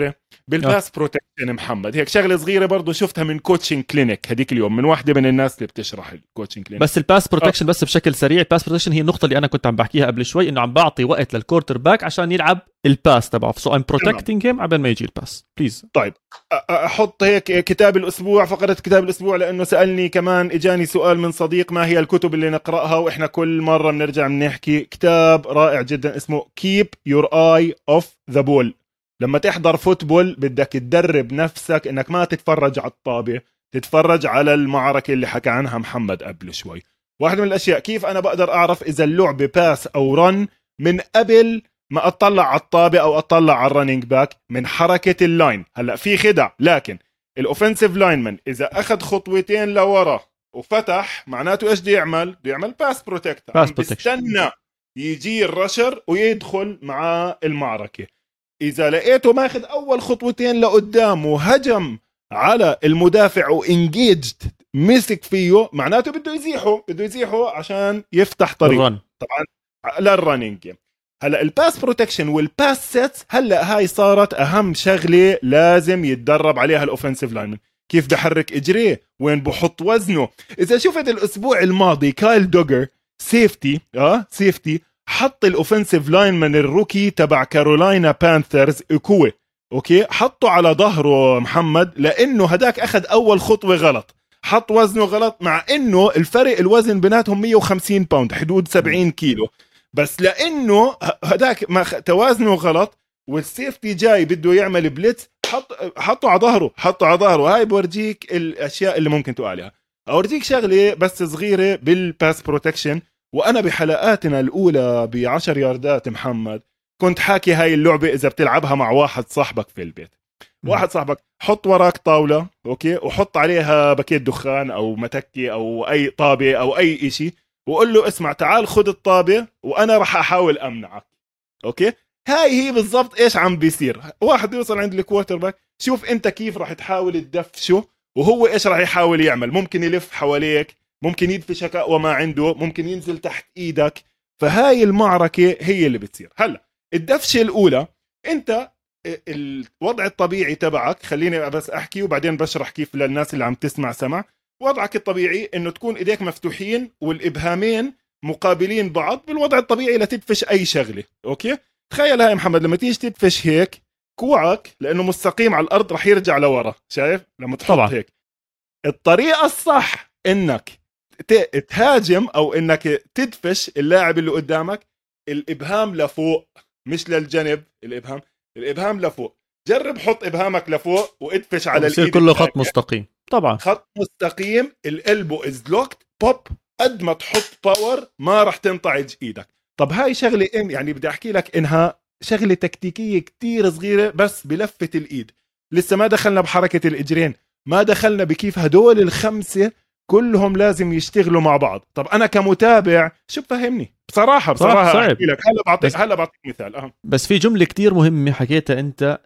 بالباس بروتكشن محمد. هيك شغله صغيره برضو شفتها من كوتشنج كلينيك هديك اليوم من واحده من الناس اللي بتشرح الكوتشنج كلينيك. بس الباس بروتكشن بس بشكل سريع، الباس بروتكشن هي النقطه اللي انا كنت عم بحكيها قبل شوي، انه عم بعطي وقت للكورتر باك عشان يلعب الباس تبعه. سو ام بروتكتينج هيم قبل ما يجي الباس بليز. طيب احط هيك كتاب الاسبوع، فقره كتاب الاسبوع، لانه سالني كمان اجاني سؤال من صديق ما هي الكتب اللي نقراها، واحنا كل مره بنرجع بنحكي كتاب رائع جدا اسمه Keep Your Eye Off the Ball. لما تحضر فوتبول بدك تدرب نفسك انك ما تتفرج على الطابه، تتفرج على المعركه اللي حكى عنها محمد قبل شوي. واحد من الاشياء كيف انا بقدر اعرف اذا اللعبه باس او رن من قبل ما اطلع على الطابه او اطلع على الرننج باك، من حركه اللاين. هلا في خدع، لكن الاوفنسيف لاينمان اذا اخذ خطوتين لورا وفتح معناته ايش بده يعمل؟ بده يعمل باس بروتكت، بيستنى يجي الرشر ويدخل مع المعركه. اذا لقيته ماخذ اول خطوتين لقدام وهجم على المدافع وانجيجد مسك فيه، معناته بده يزيحه عشان يفتح طريق طبعا للرننج. هلا الباس بروتكشن والباس سيتس هلا هاي صارت اهم شغله لازم يتدرب عليها الاوفنسيف لاينمان. كيف بحرك اجريه، وين بحط وزنه. اذا شفت الاسبوع الماضي كايل دوجر سيفتي حط الاوفنسيف لاينمان الروكي تبع كارولاينا بانثرز اكوي، اوكي، حطه على ظهره محمد، لانه هداك اخذ اول خطوه غلط، حط وزنه غلط، مع انه الفرق الوزن بيناتهم 150 باوند حدود 70 كيلو، بس لانه هداك توازنه غلط والسيفتي جاي بده يعمل بليتس حطه على ظهره. هاي بورجيك الاشياء اللي ممكن تقالها. اورجيك شغله بس صغيره بالباس بروتكشن، وانا بحلقاتنا الاولى ب10 ياردات محمد كنت حاكي هاي اللعبه اذا بتلعبها مع واحد صاحبك في البيت. واحد صاحبك حط وراك طاوله، اوكي، وحط عليها باكيت دخان او متكي او اي طابه او اي اشي، وقول له اسمع تعال خد الطابه وانا راح احاول امنعك، اوكي. هاي هي بالضبط ايش عم بيصير. واحد يوصل عند الكوارتر باك، شوف انت كيف راح تحاول تدفشه وهو ايش راح يحاول يعمل. ممكن يلف حواليك، ممكن يدفشك اقوى ما عنده، ممكن ينزل تحت ايدك. فهاي المعركه هي اللي بتصير. هلا الدفشه الاولى، انت الوضع الطبيعي تبعك، خليني بس احكي وبعدين بشرح كيف للناس اللي عم تسمع سمع. وضعك الطبيعي انه تكون ايديك مفتوحين والابهامين مقابلين بعض بالوضع الطبيعي لتدفش اي شغله، اوكي. تخيل هاي محمد لما تيجي تدفش هيك، كوعك لانه مستقيم على الارض رح يرجع لورا، شايف لما تحط طبعا. هيك الطريقه الصح انك تهاجم او انك تدفش اللاعب اللي قدامك، الابهام لفوق مش للجنب. الابهام لفوق. جرب حط ابهامك لفوق وادفش على الايد، كله خط مستقيم طبعا، خط مستقيم. الالبو از لوكت بوب، قد ما تحط باور ما راح تنطعج ايدك. طب هاي شغله يعني بدي احكي لك انها شغله تكتيكيه كتير صغيره بس بلفه الايد. لسه ما دخلنا بحركه الاجرين، ما دخلنا بكيف هدول الخمسه كلهم لازم يشتغلوا مع بعض. طب انا كمتابع شو بفهمني بصراحه صعب. احكي لك هلا بعطيك مثال. بس في جمله كتير مهمه حكيتها انت،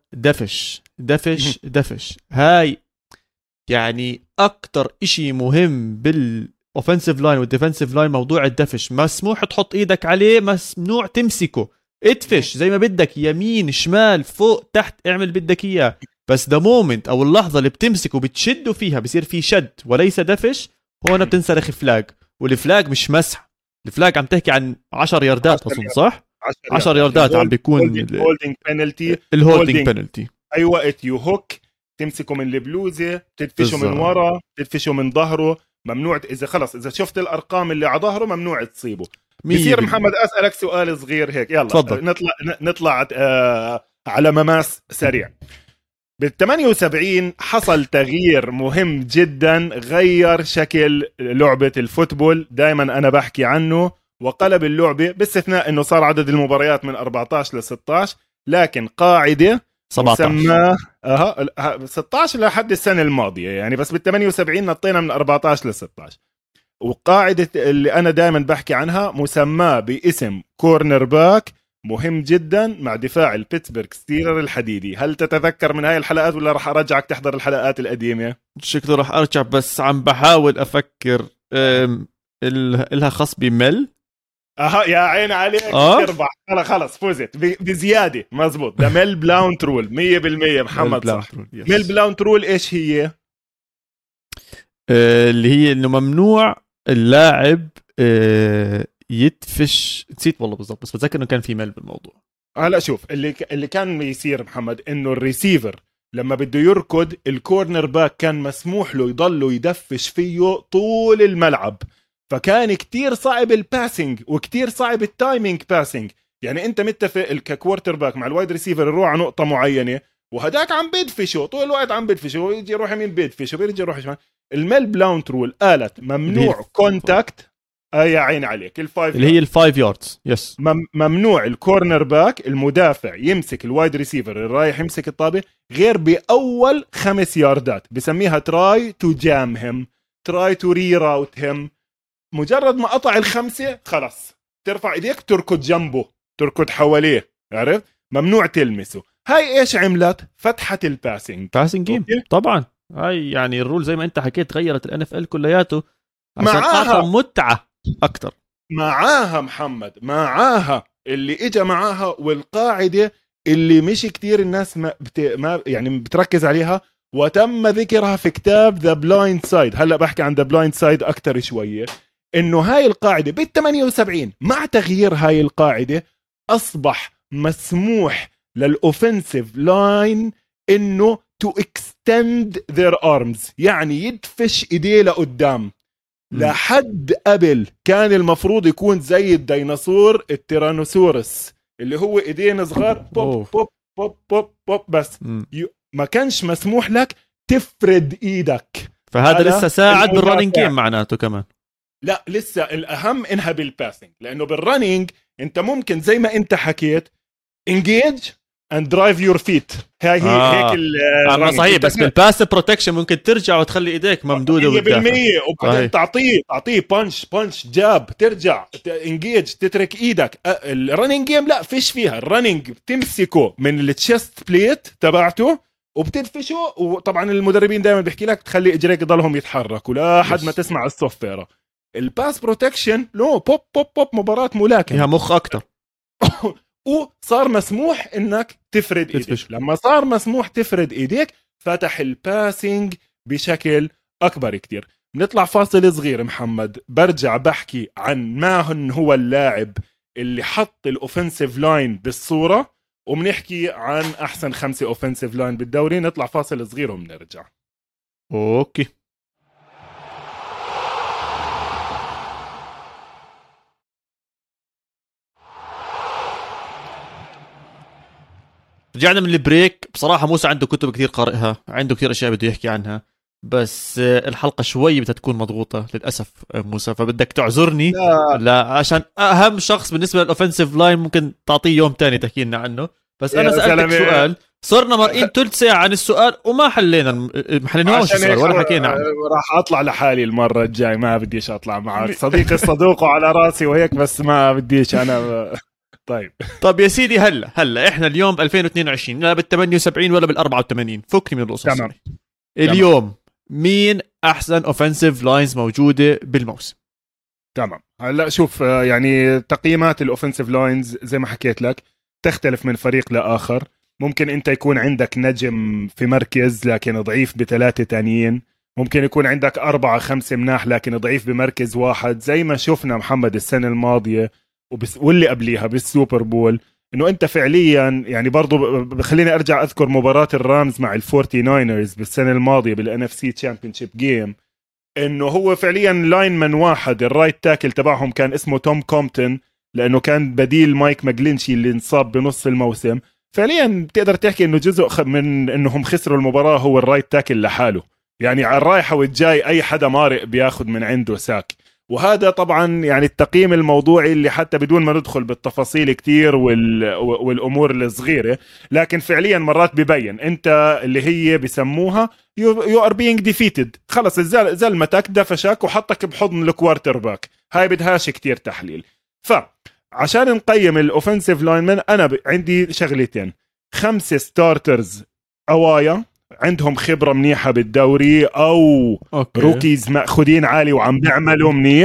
دفش. هاي يعني اكتر اشي مهم بالاوفنسيف لاين والديفنسيف لاين، موضوع الدفش. مسموح تحط ايدك عليه، ممنوع تمسكه. ادفش زي ما بدك، يمين شمال فوق تحت، اعمل بدك اياه، بس ده مومنت او اللحظه اللي بتمسكه بتشده فيها بصير في شد وليس دفش، هون بتنسرخ فلاج. والفلاج مش مسح، الفلاج عم تحكي عن 10 ياردات اظن، صح؟ 10 ياردات عم بيكون الهولدنج بينالتي. الهولدنج بينالتي اي وقت يو هوك تمسكه من البلوزه، تدفشه من ورا، تدفشه من ظهره، ممنوع. اذا شفت الارقام اللي على ظهره ممنوع تصيبه. بصير محمد اسالك سؤال صغير هيك، يلا فضل. نطلع على مماس سريع. بال78 حصل تغيير مهم جدا، غير شكل لعبة الفوتبول، دايما أنا بحكي عنه، وقلب اللعبة، باستثناء أنه صار عدد المباريات من 14 ل16، لكن قاعدة 17 16 لحد السنة الماضية يعني، بس بال78 نطينا من 14 ل16. وقاعدة اللي أنا دايما بحكي عنها مسماه باسم كورنر باك، مهم جدا مع دفاع البيتسبرغ ستيلر الحديدي. هل تتذكر من هاي الحلقات ولا رح أرجعك تحضر الحلقات القديمة؟ شكله رح أرجع، بس عم بحاول أفكر. إلها خص بمل. يا عين عليك تربح. خلص فوزت بزياده. مزبوط. ده ميل بلاونت رول 100% محمد صح. ميل بلاونت رول ايش هي؟ اللي هي انه ممنوع اللاعب يدفش. نسيت والله بالضبط بس بتذكر انه كان في ميل بالموضوع. هلا شوف اللي كان يصير محمد انه الريسيفر لما بده يركض الكورنر باك كان مسموح له يضله يدفش فيه طول الملعب، فكان كتير صعب الباسنج وكتير صعب التايمينج باسنج. يعني انت متفق ككوارتر باك مع الوايد ريسيفر يروح على نقطه معينه وهداك عم بدفشه طول الوقت، عم بدفشه ويجي يروح يمين بدفشه ويرجع يروح شمال. الميل بلاونت رول قالت ممنوع كونتاكت. يا عين عليك الفايف اللي هي الفايف ياردز. يس ممنوع الكورنر باك المدافع يمسك الوايد ريسيفر اللي رايح يمسك الطابة غير بأول 5 ياردات. بسميها تراي تو جام هم، تراي تو ري راوت هم. مجرد ما قطع ال5 خلاص ترفع ايديك تركض جنبه تركض حواليه. عرفت؟ ممنوع تلمسه. هاي ايش عملت؟ فتحت الباسنج جيم طبعا. هاي يعني الرول زي ما انت حكيت غيرت الNFL كلياته عشان اعطى متعة اكتر. معاها محمد معاها اللي اجى معاها والقاعدة اللي مش كتير الناس ما يعني بتركز عليها وتم ذكرها في كتاب ذا بلايند سايد. هلا بحكي عن ذا بلايند سايد اكتر شوية. انه هاي القاعدة بال78 مع تغيير هاي القاعدة اصبح مسموح للاوفنسيف لاين انه to extend their arms، يعني يدفش ايديه لقدام. لحد قبل كان المفروض يكون زي الديناصور التيرانوسورس اللي هو ايدين صغار بوب بوب بوب بوب بوب بس. ما كانش مسموح لك تفرد ايدك. فهذا لسه ساعد بالرننج جيم معناته كمان. لا لسه الأهم إنها بالباسنج، لأنه بالرننج أنت ممكن زي ما أنت حكيت engage and drive your feet. هاي هيك صحيح. بس بالباس بروتكشن ممكن ترجع وتخلي ايديك ممدوده 100% وبعدين تعطيه بانش جاب ترجع انجيج تترك ايدك. الرننج جيم لا فيش فيها. الرننج بتمسكه من التشست بليت تبعته وبتدفشه. وطبعا المدربين دائما بيحكي لك تخلي اجريك يضلهم يتحركوا لحد ما تسمع الصفيره. الباس بروتكشن لو بوب بوب بوب مباراه ملاكمه فيها مخ اكتر. وصار مسموح انك تفرد ايديك. لما صار مسموح تفرد ايديك فتح الباسنج بشكل اكبر كتير. بنطلع فاصل صغير محمد، برجع بحكي عن ما هو اللاعب اللي حط الاوفنسيف لاين بالصورة، وبنحكي عن احسن 5 اوفنسيف لاين بالدوري. نطلع فاصل صغير وبنرجع. اوكي. رجعنا من البريك. بصراحة موسى عنده كتب كثير قارئها، عنده كثير أشياء بده يحكي عنها، بس الحلقة شوي بدها تكون مضغوطة للأسف موسى، فبدك تعذرني. لا عشان أهم شخص بالنسبة للأوفنسيف لاين ممكن تعطيه يوم تاني تحكي لنا عنه. بس أنا سألتك سؤال، صرنا مرقين ثلث ساعة عن السؤال وما حليناش السؤال ولا حكينا عنه. راح أطلع لحالي المرة الجاي، ما بديش أطلع معك صديقي الصدوق على راسي وهيك، بس ما بديش أنا. طيب يا سيدي، هلا احنا اليوم ب 2022 لا بال78 ولا بال84، فكني من القصص. تمام. اليوم مين احسن اوفنسيف لاينز موجوده بالموسم؟ تمام. هلا شوف، يعني تقييمات الاوفنسيف لاينز زي ما حكيت لك تختلف من فريق لاخر. ممكن انت يكون عندك نجم في مركز لكن ضعيف ب3 تانيين، ممكن يكون عندك 4-5 مناح لكن ضعيف بمركز واحد، زي ما شفنا محمد السنه الماضيه واللي قبليها بالسوبر بول. انه انت فعليا يعني برضو خليني ارجع اذكر مباراة الرامز مع الفورتي ناينرز بالسنة الماضية بالNFC تشامبيونشيب جيم، انه هو فعليا لاينمان واحد الرايت تاكل تبعهم كان اسمه توم كومبتون، لانه كان بديل مايك ماجلينشي اللي انصاب بنص الموسم. فعليا بتقدر تحكي انه جزء من انهم خسروا المباراة هو الرايت تاكل لحاله. يعني على الرايحة والجاي اي حدا مارق بياخد من عنده ساك. وهذا طبعا يعني التقييم الموضوعي اللي حتى بدون ما ندخل بالتفاصيل كتير والأمور الصغيرة، لكن فعليا مرات ببين انت اللي هي بسموها you are being defeated. خلص زلمتك دفشك وحطك بحضن الكوارتر باك. هاي بدهاش كتير تحليل. فعشان نقيم الاوفنسيف لاينمن انا عندي شغلتين: 5 ستارترز أوايا عندهم خبرة منيحة بالدوري، أو روكيز مأخذين عالي وعم بيعملوا منيح،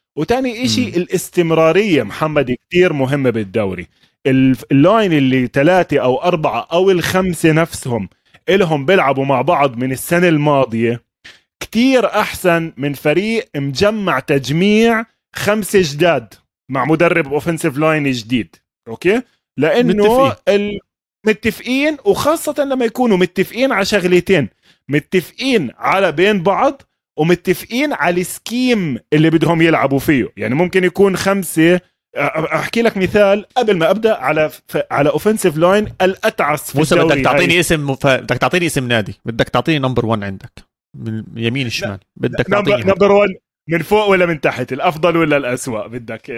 وتاني إشي الاستمرارية محمد كتير مهمة بالدوري. اللاين اللي 3 أو 4 أو 5 نفسهم إلهم بيلعبوا مع بعض من السنة الماضية كتير أحسن من فريق مجمع تجميع 5 جداد مع مدرب أوفنسيف لاين جديد. أوكي، لأنه متفقين، وخاصة لما يكونوا متفقين على شغلتين، متفقين على بين بعض ومتفقين على السكيم اللي بدهم يلعبوا فيه. يعني ممكن يكون 5. احكي لك مثال قبل ما ابدا على اوفنسيف لاين الاتعس في الدوري. بدك تعطيني اسم بدك تعطيني اسم نادي، بدك تعطيني نمبر 1 عندك من يمين الشمال، بدك تعطيني نمبر 1 من فوق ولا من تحت، الافضل ولا الاسوأ بدك؟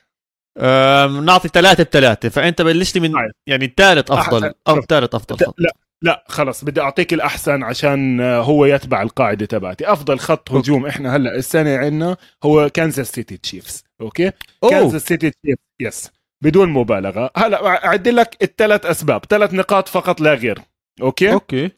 نعطي 3-3. فانت بلش لي من يعني الثالث افضل او الثالث افضل خط. لا خلص بدي اعطيك الاحسن عشان هو يتبع القاعده تبعتي. افضل خط هجوم احنا هلا السنه عندنا هو كانزاس سيتي تشيفز. اوكي، كانزاس سيتي تشيفز يس بدون مبالغه. هلا اعد لك الثلاث اسباب، 3 نقاط فقط لا غير. اوكي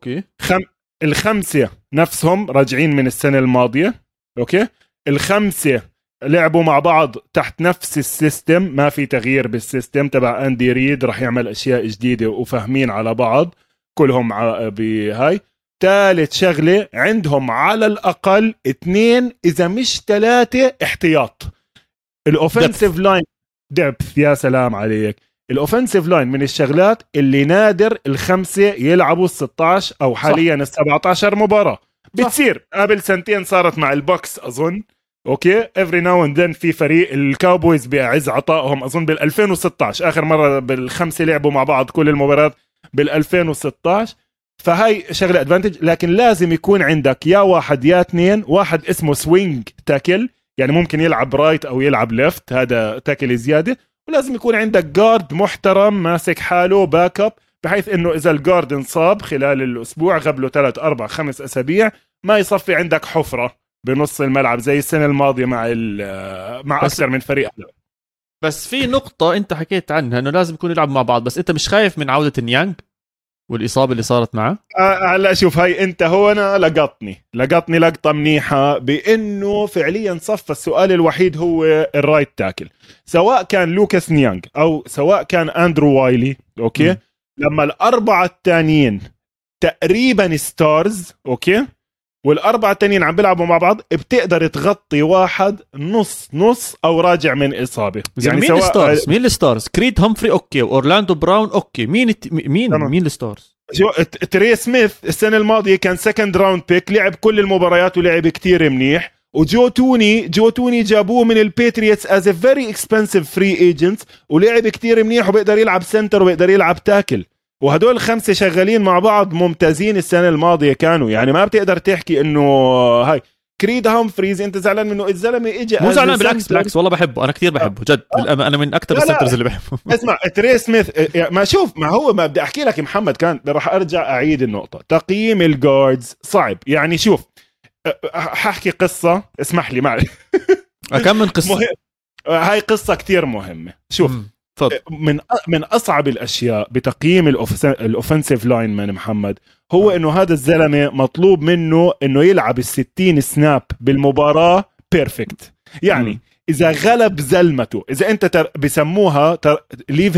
الخمسه نفسهم راجعين من السنه الماضيه. اوكي، الخمسه لعبوا مع بعض تحت نفس السيستم، ما في تغيير بالسيستم تبع أندي ريد، رح يعمل أشياء جديدة وفاهمين على بعض كلهم بهاي. ثالث شغلة عندهم على الأقل 2 إذا مش 3 احتياط. الأوفنسيف لاين دبث، يا سلام عليك. الأوفنسيف لاين من الشغلات اللي نادر الخمسة يلعبوا 16 أو حاليا 17 مباراة. بتصير قبل سنتين صارت مع البوكس أظن. اوكي، افري ناو اند ذن في فريق الكاوبويز بيعز عطائهم اظن بال2016 اخر مره بالخمسه لعبوا مع بعض كل المباريات بال2016. فهاي شغله ادفانتج، لكن لازم يكون عندك يا واحد يا 2. واحد اسمه سوينج تاكل، يعني ممكن يلعب رايت او يلعب ليفت، هذا تاكل زياده. ولازم يكون عندك جارد محترم ماسك حاله باك اب، بحيث انه اذا الجارد انصاب خلال الاسبوع، غبله 3 4 5 اسابيع، ما يصفي عندك حفره بنص الملعب زي السنة الماضية مع أكثر من فريق. بس في نقطة أنت حكيت عنها إنه لازم يكون يلعب مع بعض، بس أنت مش خايف من عودة نيانج والإصابة اللي صارت معه؟ هلا شوف، هاي أنت هنا لقطني لقطة منيحة بأنه فعليا صف. السؤال الوحيد هو الرايت تاكل، سواء كان لوكاس نيانج أو سواء كان أندرو وايلي. أوكي، لما الأربعة التانيين تقريبا ستارز، أوكي، والأربعة التانيين عم بيلعبوا مع بعض، بتقدر تغطي واحد نص أو راجع من إصابة. يعني مين الستارز؟ مين الستارز؟ كريد همفري أوكي، وأورلاندو براون أوكي، مين الستارز؟ تري سميث السنة الماضية كان سكند راوند بيك، لعب كل المباريات ولعب كتير منيح. وجو توني جابوه من البيتريتس as a very expensive free agent، ولعب كتير منيح وبيقدر يلعب سنتر وبيقدر يلعب تاكل. وهدول 5 شغالين مع بعض ممتازين السنة الماضية كانوا. يعني ما بتقدر تحكي انه هاي كريد هامفريز انت زعلان منه. الزلمة اجى مو زعلان، بالعكس والله بحبه، انا كتير بحبه جد. انا من اكتر السنترز اللي بحبه. اسمع تري سميث، ما بدي احكي لك محمد، كان راح ارجع اعيد النقطة. تقييم الجاردز صعب. يعني شوف، ححكي قصة، اسمح لي معي. كم من قصة هاي قصة كتير مهمة. شوف من أصعب الأشياء بتقييم الأوفنسيف لاين مان محمد هو إنه هذا الزلمة مطلوب منه إنه يلعب 60 سناب بالمباراة بيرفكت. يعني إذا غلب زلمته، إذا أنت بسموها leave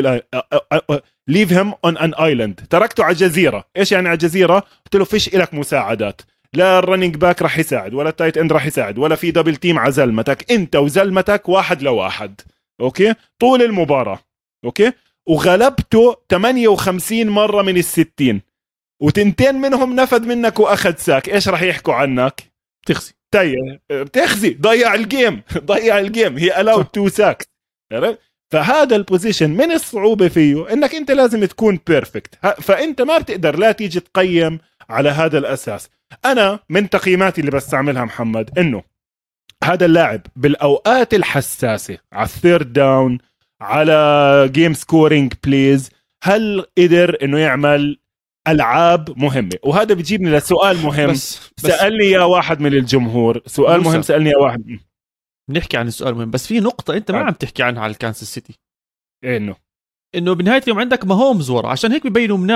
him on an island، تركته على جزيرة. إيش يعني على جزيرة؟ قلت له فيش إلك مساعدات، لا الرننج باك رح يساعد، ولا التايت اند رح يساعد، ولا في دبل تيم على زلمتك، أنت وزلمتك 1 لواحد. اوكي، طول المباراة. اوكي، وغلبته 58 مرة من 60، وتنتين منهم نفد منك واخذ ساك. ايش راح يحكوا عنك؟ تخزي ضيع الجيم هي allowed 2 ساك. فهذا البوزيشن من الصعوبة فيه انك انت لازم تكون بيرفكت. فانت ما بتقدر لا تيجي تقيم على هذا الاساس. انا من تقييماتي اللي بستعملها محمد انه هذا اللاعب بالأوقات الحساسة، على الثيرد داون، على جيم سكورينج بليز، هل قدر إنه يعمل ألعاب مهمة؟ وهذا بيجيبني لسؤال مهم. سألني يا واحد من الجمهور سؤال مهم، سألني يا واحد. نحكي عن السؤال مهم، بس في نقطة أنت ما عم تحكي عنها على الكانساس سيتي. إنه بنهاية اليوم عندك ماهومز ورا، عشان هيك بيبينوا مناح.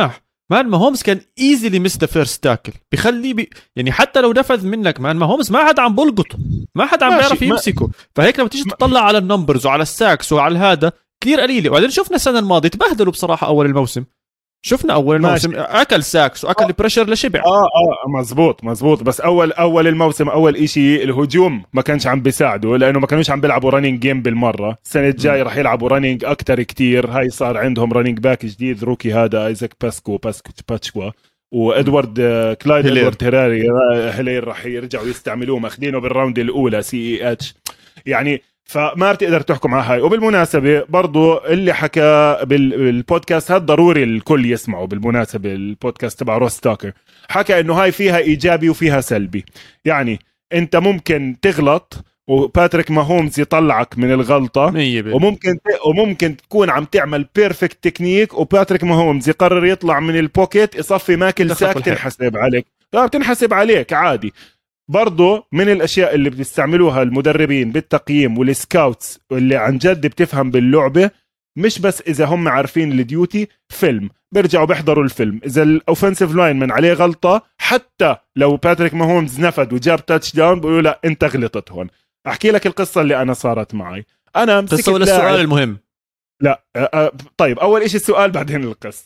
مان ما هومز كان ايزيلي مس ذا فيرست تاكل بيخلي يعني حتى لو نفذ منك مان ما هومز ما حد عم بلقطه ما حد عم بيعرف يمسكه. فهيك لما تيجي تطلع على النمبرز وعلى الساكس وعلى هذا كثير قليله. وبعدين شفنا السنه الماضيه تبهدلوا بصراحه اول الموسم. شفنا اول الموسم اكل ساكس واكل بريشر لشبع. مزبوط بس اول الموسم اول إشي الهجوم ما كانش عم بيساعده لانه ما كانوش عم بيلعبوا رانينج جيم بالمره. السنه الجاي راح يلعبوا رانينج اكتر كتير. هاي صار عندهم رانينج باك جديد روكي هذا ايزاك باتشكوا وادوارد كلايد ادوارد هيلير راح يرجعوا يستعملوه ماخذينه بالراوند الاولى CEH يعني. فما بتقدر تحكم على هاي. وبالمناسبة برضو اللي حكى بالبودكاست هذا ضروري الكل يسمعه. بالمناسبة البودكاست تبع روس تاكر حكى انه هاي فيها ايجابي وفيها سلبي. يعني انت ممكن تغلط وباتريك ماهومز يطلعك من الغلطة وممكن تكون عم تعمل بيرفكت تكنيك وباتريك ماهومز يقرر يطلع من البوكيت يصفي ماكل ساك تنحسب عليك. بتنحسب عليك عادي. برضو من الأشياء اللي بيستعملوها المدربين بالتقييم والسكاوتس واللي عن جد بتفهم باللعبة مش بس إذا هم عارفين الديوتي فيلم بيرجعوا بيحضروا الفيلم. إذا الأوفنسيف لاين من عليه غلطة حتى لو باتريك ماهومز نفد وجاب تاتش داون بيقولوا لا أنت غلطت هون. أحكي لك القصة اللي أنا صارت معي. أنا مسكت ولا السؤال المهم لا طيب أول إشي السؤال بعدين القصة.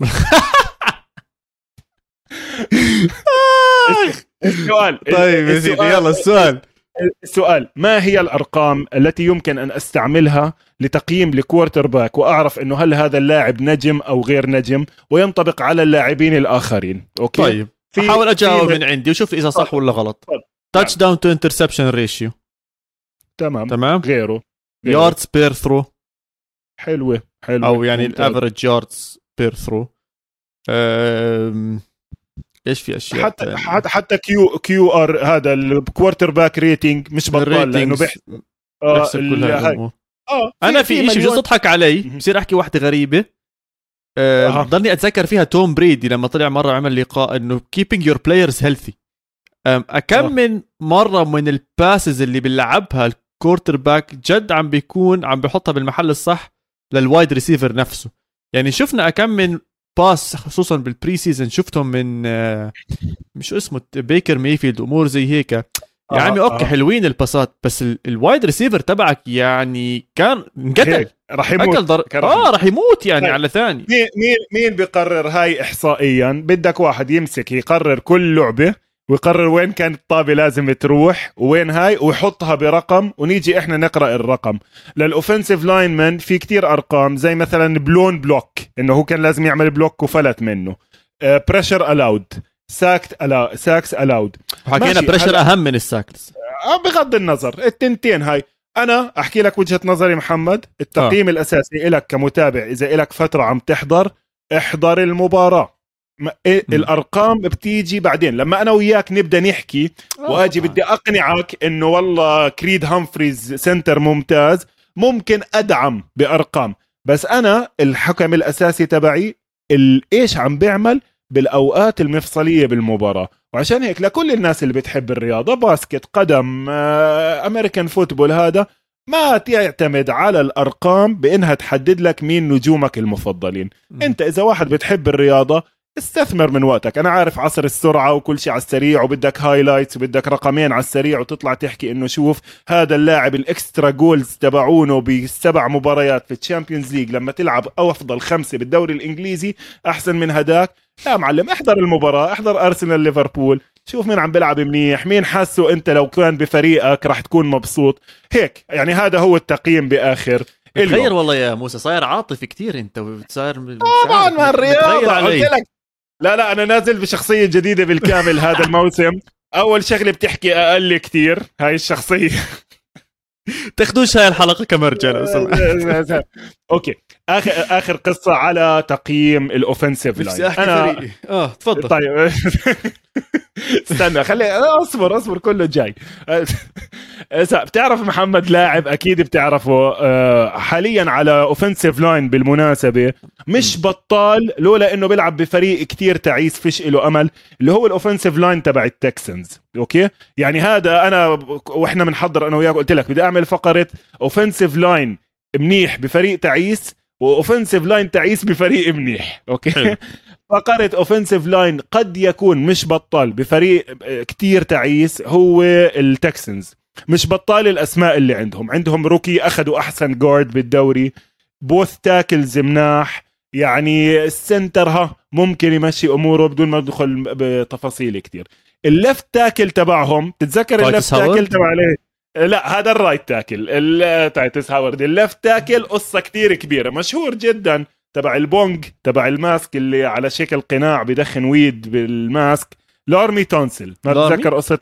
السؤال طيب يلا السؤال ما هي الأرقام التي يمكن أن أستعملها لتقييم الكوارتر باك وأعرف أنه هل هذا اللاعب نجم أو غير نجم وينطبق على اللاعبين الآخرين. أوكي طيب أحاول أجاوب من عندي وشوف إذا صح ولا غلط. تاتش داون تو انترسبشن ريشيو تمام غيره ياردز بير ثرو حلوة أو يعني الافريج ياردز بير ثرو. ايش في اشياء حتى كيو ار هذا الكوارتر باك ريتنج مش بطال لانه بحسب كل هاي انا في شيء بجوز اضحك علي بصير احكي واحده غريبه. ضلني اتذكر فيها توم بريدي لما طلع مره عمل لقاء انه keeping your players healthy. كم من مره من الباسز اللي بيلعبها الكوارتر باك جد عم بيكون عم بيحطها بالمحل الصح للوايد ريسيفر نفسه. يعني شفنا كم من باس خصوصا بالبري سيزن شفتهم من مش اسمه بيكر ميفيلد امور زي هيك يا عمي. اوكي حلوين الباسات بس الوايد ريسيفر تبعك يعني كان انقتل راح يموت راح يموت يعني على ثاني. مين بيقرر هاي احصائيا؟ بدك واحد يمسك يقرر كل لعبه ويقرر وين كانت الطابة لازم تروح وين هاي ويحطها برقم ونيجي احنا نقرأ الرقم. للأوفنسيف لاينمان في كتير أرقام زي مثلا بلون بلوك انه هو كان لازم يعمل بلوك وفلت منه. بريشر الاود ساكس الاود. حكينا بريشر اهم من الساكس بغض النظر التنتين هاي. انا احكي لك وجهة نظري محمد. التقييم الاساسي لك كمتابع اذا لك فترة عم احضر المباراة. الارقام بتيجي بعدين لما انا وياك نبدا نحكي واجي بدي اقنعك انه والله كريد هامفريز سنتر ممتاز ممكن ادعم بارقام. بس انا الحكم الاساسي تبعي ايش عم بيعمل بالاوقات المفصليه بالمباراه. وعشان هيك لكل الناس اللي بتحب الرياضه باسكت قدم امريكان فوتبول هذا ما تعتمد على الارقام بانها تحدد لك مين نجومك المفضلين. انت اذا واحد بتحب الرياضه استثمر من وقتك. أنا عارف عصر السرعة وكل شيء على السريع وبدك هايلايتس وبدك رقمين على السريع وتطلع تحكي إنه شوف هذا اللاعب الإكسترا جولز تبعونه ب7 مباريات في الشامبيونز ليج لما تلعب أفضل 5 بالدوري الإنجليزي أحسن من هداك. لا معلم احضر المباراة احضر أرسنال ليفربول شوف مين عم بيلعب منيح مين حاسه أنت لو كان بفريقك راح تكون مبسوط هيك. يعني هذا هو التقييم بآخر. تغير والله يا موسى صاير عاطفي كتير أنت صاير طبعا ما الرياضة قلت لك لا أنا نازل بشخصية جديدة بالكامل هذا الموسم. أول شغلة بتحكي أقل كتير هاي الشخصية. تاخدوش هاي الحلقة كمرجع. أوكي آخر قصة على تقييم الأوفنسيف لاين. أنا تفضل. طيب استنى خلي أصبر كله جاي. بتعرف محمد لاعب أكيد بتعرفه حاليا على أوفنسيف لاين بالمناسبة مش بطال لولا إنه بيلعب بفريق كتير تعيس فيش له أمل اللي هو الأوفنسيف لاين تبع التكسنز. أوكي يعني هذا أنا وإحنا بنحضر أنا وياك قلت لك بدي أعمل فقرة أوفنسيف لاين منيح بفريق تعيس واوفنسيف لاين تعيس بفريق منيح. اوكي فقرة اوفنسيف لاين قد يكون مش بطال بفريق كتير تعيس هو التكسنز. مش بطال الاسماء اللي عندهم روكي اخذوا احسن جارد بالدوري، بوث تاكلز مناح، يعني السنتر ممكن يمشي اموره بدون ما ندخل بتفاصيل كتير. اللفت تاكل تبعهم تتذكر اللفت تاكل تبع عليه؟ لا هذا الرايت تاكل تايتس هاورد. اللفت تاكل قصة كتير كبيرة، مشهور جدا، تبع البونج تبع الماسك اللي على شكل قناع بدخن ويد بالماسك، لارمي تونسل. ما تتذكر قصة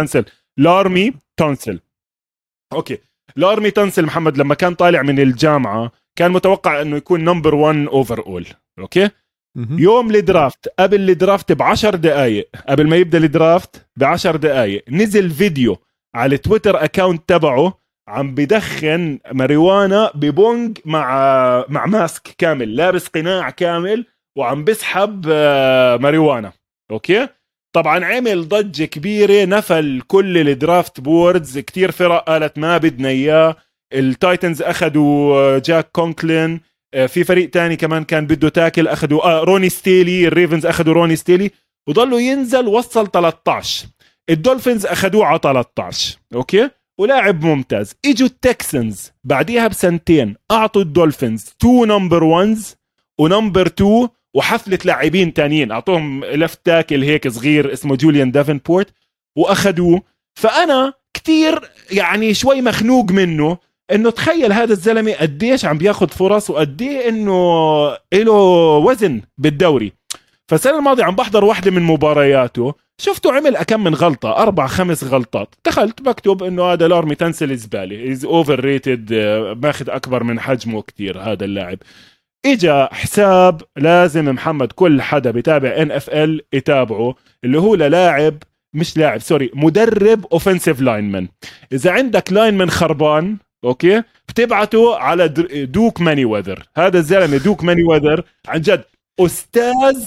لارمي تونسل؟ اوكي لارمي تونسل محمد لما كان طالع من الجامعة كان متوقع انه يكون نمبر 1 اوفر اول. اوكي يوم الدرافت قبل الدرافت ب10 دقائق، قبل ما يبدا الدرافت ب10 دقائق نزل فيديو على تويتر اكاونت تبعه عم بدخن ماريوانا ببونج مع ماسك كامل، لابس قناع كامل وعم بسحب ماريوانا. اوكي طبعا عمل ضجة كبيرة، نفل كل الدرافت بوردز، كتير فرق قالت ما بدنا اياه. التايتنز اخذوا جاك كونكلين، في فريق تاني كمان كان بده تاكل اخذوا روني ستيلي، الريفنز اخذوا روني ستيلي وضلوا ينزل وصل 13. الدولفينز اخذوه على 13. اوكي ولاعب ممتاز. اجوا التكسنز بعديها بسنتين اعطوا الدولفينز 2 نمبر 1s ونمبر 2 وحفلة لاعبين تانيين، اعطوهم لفت تاكل هيك صغير اسمه جوليان دافنبورت واخذوه. فانا كتير يعني شوي مخنوق منه، انه تخيل هذا الزلمه قديش عم بياخد فرص وقديه انه له وزن بالدوري. فالسنه الماضيه عم بحضر واحده من مبارياته، شفته عمل أكم من غلطة، 4-5 غلطات. دخلت بكتب إنه هذا لارمي تنسل زبالة، إز أوفر ريتد، ماخذ أكبر من حجمه كتير هذا اللاعب. إجا حساب لازم محمد كل حدا بيتابع NFL يتابعه، اللي هو للاعب مش لاعب سوري مدرب أوفنسيف لاينمن. إذا عندك لاينمن خربان أوكي بتبعته على دوك ماني وذر. هذا الزلمة دوك ماني وذر عن جد استاذ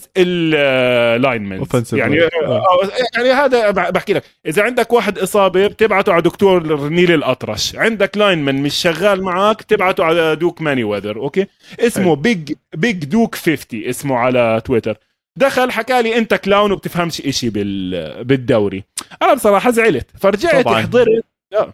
اللاينمن يعني هذا بحكي لك. اذا عندك واحد اصابه بتبعته على دكتور نيل الاطرش، عندك لاينمن مش شغال معك تبعته على دوك ماني وذر. اوكي اسمه بيج دوك 50 اسمه على تويتر. دخل حكى لي انت كلاون وبتفهمش اشي بالدوري. انا بصراحه زعلت فرجعت حضرت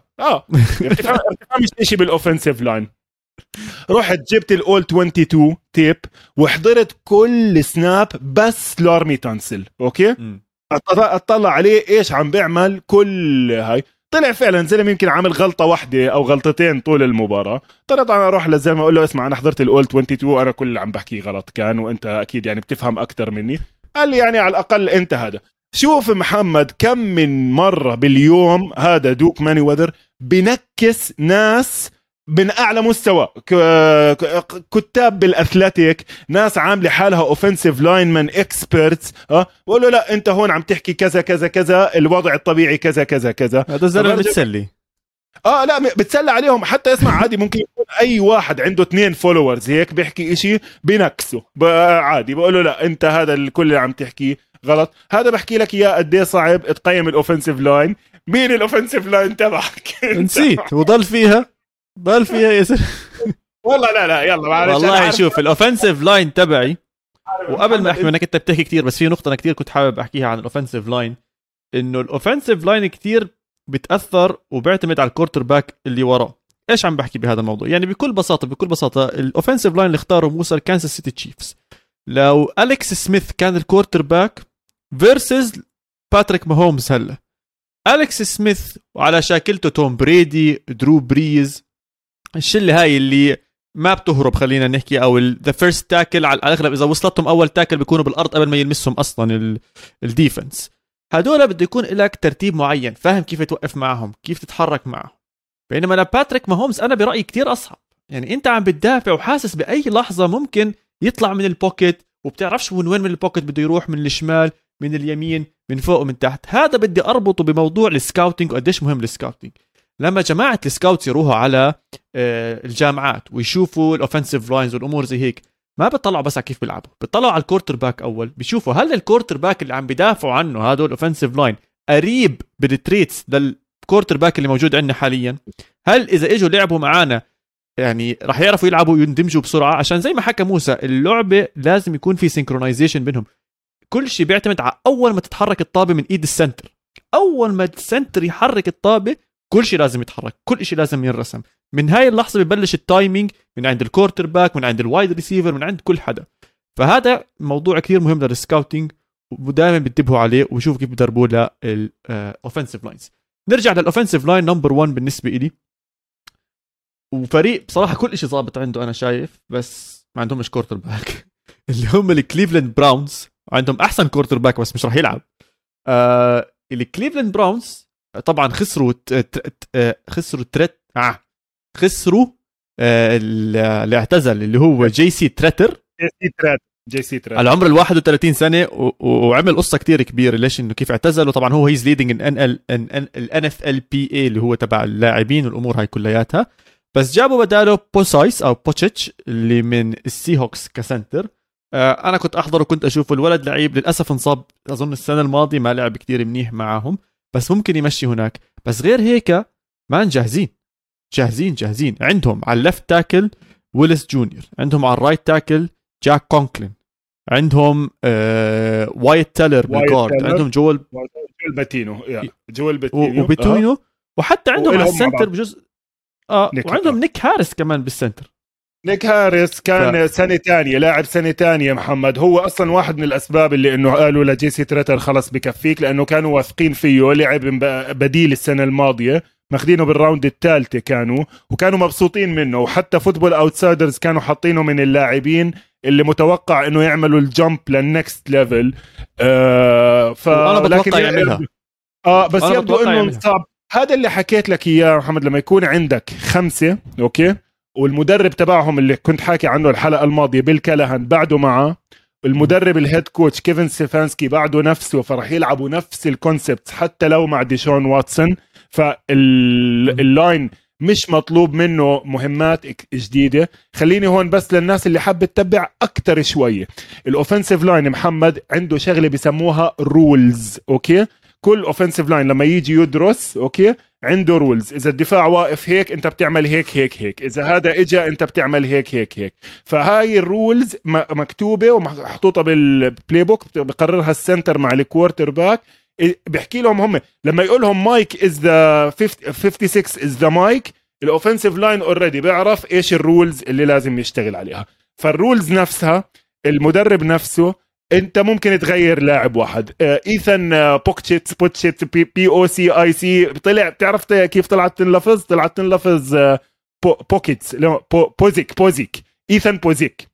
بتفهمش اشي بالاوفنسيف لاين. رحت جبت الأول 22 تيب وحضرت كل سناب بس لارمي تنسل. اوكي اطلع عليه ايش عم بيعمل كل هاي. طلع فعلا زلمه يمكن عامل غلطه واحده او غلطتين طول المباراه. طلعت انا اروح للزلمه اقول له اسمع انا حضرت الأول 22 انا كل اللي عم بحكيه غلط كان وانت اكيد يعني بتفهم اكتر مني. قال لي يعني على الاقل انت هذا. شوف محمد كم من مره باليوم هذا دوك ماني وذر بنكس ناس من اعلى مستوى، كتاب بالاثليتيك، ناس عامله حالها اوفنسيف لاينمان اكسبرتس، بقول له لا انت هون عم تحكي كذا كذا كذا، الوضع الطبيعي كذا كذا كذا. هذا زلمه بتسلي لا بتسلى عليهم. حتى اسمع عادي ممكن يكون اي واحد عنده 2 فولورز هيك بيحكي اشي بنكسه عادي، بقول له لا انت هذا الكل اللي عم تحكيه غلط. هذا بحكي لك اياه قد ايه صعب تقيم الاوفنسيف لاين. مين الاوفنسيف لاين تبعك؟ نسيت وضل فيها يا سر. والله لا يلا معلش. والله شوف الاوفنسيف لاين تبعي، وقبل ما احكي منك انت بتحكي كتير بس في نقطه انا كتير كنت حابب احكيها عن الاوفنسيف لاين، انه الاوفنسيف لاين كتير بتاثر وبيعتمد على الكورتر باك اللي وراه. ايش عم بحكي بهذا الموضوع؟ يعني بكل بساطه الاوفنسيف لاين اللي اختاره موسى كانساس سيتي تشيفز، لو أليكس سميث كان الكورتر باك فيرسز باتريك ماهومز، هلا أليكس سميث وعلى شاكلته توم بريدي، درو بريز، الشله هاي اللي ما بتهرب خلينا نحكي، او ذا فيرست تاكل على الاغلب اذا وصلتهم اول تاكل بيكونوا بالارض قبل ما يلمسهم اصلا الديفنس. هدول بده يكون لك ترتيب معين، فاهم كيف توقف معهم، كيف تتحرك معهم. بينما لباتريك ماهومز انا برايي كتير اصعب. يعني انت عم بتدافع وحاسس باي لحظه ممكن يطلع من البوكيت وبتعرفش من وين من البوكيت بده يروح، من الشمال من اليمين من فوق ومن تحت. هذا بدي اربطه بموضوع السكاوتينج وقديش مهم السكاوتينج. لما جماعة السكاوتس يروحوا على الجامعات ويشوفوا الأوفنسيف لاينز والأمور زي هيك، ما بيطلعوا بس على كيف بيلعبوا، بيطلعوا على الكورتر باك أول، بيشوفوا هل الكورتر باك اللي عم بيدافعوا عنه هذول الأوفنسيف لاين قريب بالتريتس للكورتر باك اللي موجود عندنا حاليا. هل إذا إجوا لعبوا معانا يعني راح يعرفوا يلعبوا ويندمجوا بسرعه، عشان زي ما حكى موسى اللعبه لازم يكون في سينكرونايزيشن بينهم. كل شيء بيعتمد على اول ما تتحرك الطابه من ايد السنتر، اول ما السنتر يحرك الطابه كل شيء لازم يتحرك، كل شيء لازم ينرسم. من هاي اللحظه ببلش التايمينج من عند الكورتر باك، من عند الوايد ريسيفر، من عند كل حدا. فهذا موضوع كثير مهم للسكاوتينج، ودائما بينتبهوا عليه وبشوفوا كيف بدربوه للاوفنسيف لاينز. نرجع للاوفنسيف لاين نمبر 1 بالنسبه إلي، وفريق بصراحه كل شيء ضابط عنده انا شايف، بس ما عندهمش كورتر باك اللي هم الكليفلاند براونز. عندهم احسن كورتر باك بس مش راح يلعب. الكليفلاند براونز طبعا خسروا خسروا اللي اعتزل اللي هو جي سي تراتر على عمر 31 سنه، وعمل قصه كتير كبيره ليش انه كيف اعتزل. وطبعا هو هيز ليدنج ان اف ال بي اي اللي هو تبع اللاعبين والامور هاي كلياتها. بس جابوا بداله بوسايس او بوتشيتش اللي من السي هوكس كسنتر. انا كنت احضره وكنت اشوف الولد لعيب، للاسف انصاب اظن السنه الماضيه ما لعب كتير منيح معهم، بس ممكن يمشي هناك. بس غير هيك ما جاهزين. عندهم على اللفت تاكل ويلس جونيور، عندهم على الرايت تاكل جاك كونكلين، عندهم وايت تيلر بالجارد، عندهم جوel باتينو وبيتوينو وحتى عندهم على السنتر بجزء وعندهم نيك هاريس كمان بالسنتر. نيك هاريس كان سنة تانية، لاعب سنة تانية محمد. هو أصلا واحد من الأسباب اللي إنه قالوا لجيسي تراتر خلص بكفيك، لأنه كانوا واثقين فيه. لعب بديل السنة الماضية، ماخدينه بالراوند الثالثة وكانوا مبسوطين منه. وحتى فوتبول أوتسايدرز كانوا حاطينه من اللاعبين اللي متوقع إنه يعملوا الجمب للنكست ليفل. أنا بتوقع يعملها. بس يبدو إنه صعب. هذا اللي حكيت لك إياه محمد، لما يكون عندك 5 أوكي والمدرب تبعهم اللي كنت حاكي عنه الحلقة الماضية بيل كالهان بعده معه، المدرب الهيد كوتش كيفن ستيفانسكي بعده نفسه، فرح يلعبوا نفس الكونسبت حتى لو مع ديشون واتسون. فاللاين مش مطلوب منه مهمات جديدة. خليني هون بس للناس اللي حابة تتبع أكتر شوية، الأوفنسيف لاين محمد عنده شغلة بيسموها رولز. أوكي، كل اوفنسيف لاين لما يجي يدرس اوكي عنده رولز. اذا الدفاع واقف هيك انت بتعمل هيك، اذا هذا اجا انت بتعمل هيك. فهاي الرولز مكتوبه ومحطوطه بالبلاي بوك، بقررها السنتر مع الكوارتر باك. بيحكي لهم هم لما يقول لهم مايك از ذا 56 از ذا مايك، الاوفنسيف لاين اوريدي بيعرف ايش الرولز اللي لازم يشتغل عليها. فالرولز نفسها المدرب نفسه انت ممكن تغير لاعب واحد. ايثان بوتشيت بي او سي اي سي طلع، بتعرف كيف طلعت تنلفظ بوكيتس بوزيك ايثان بوزيك.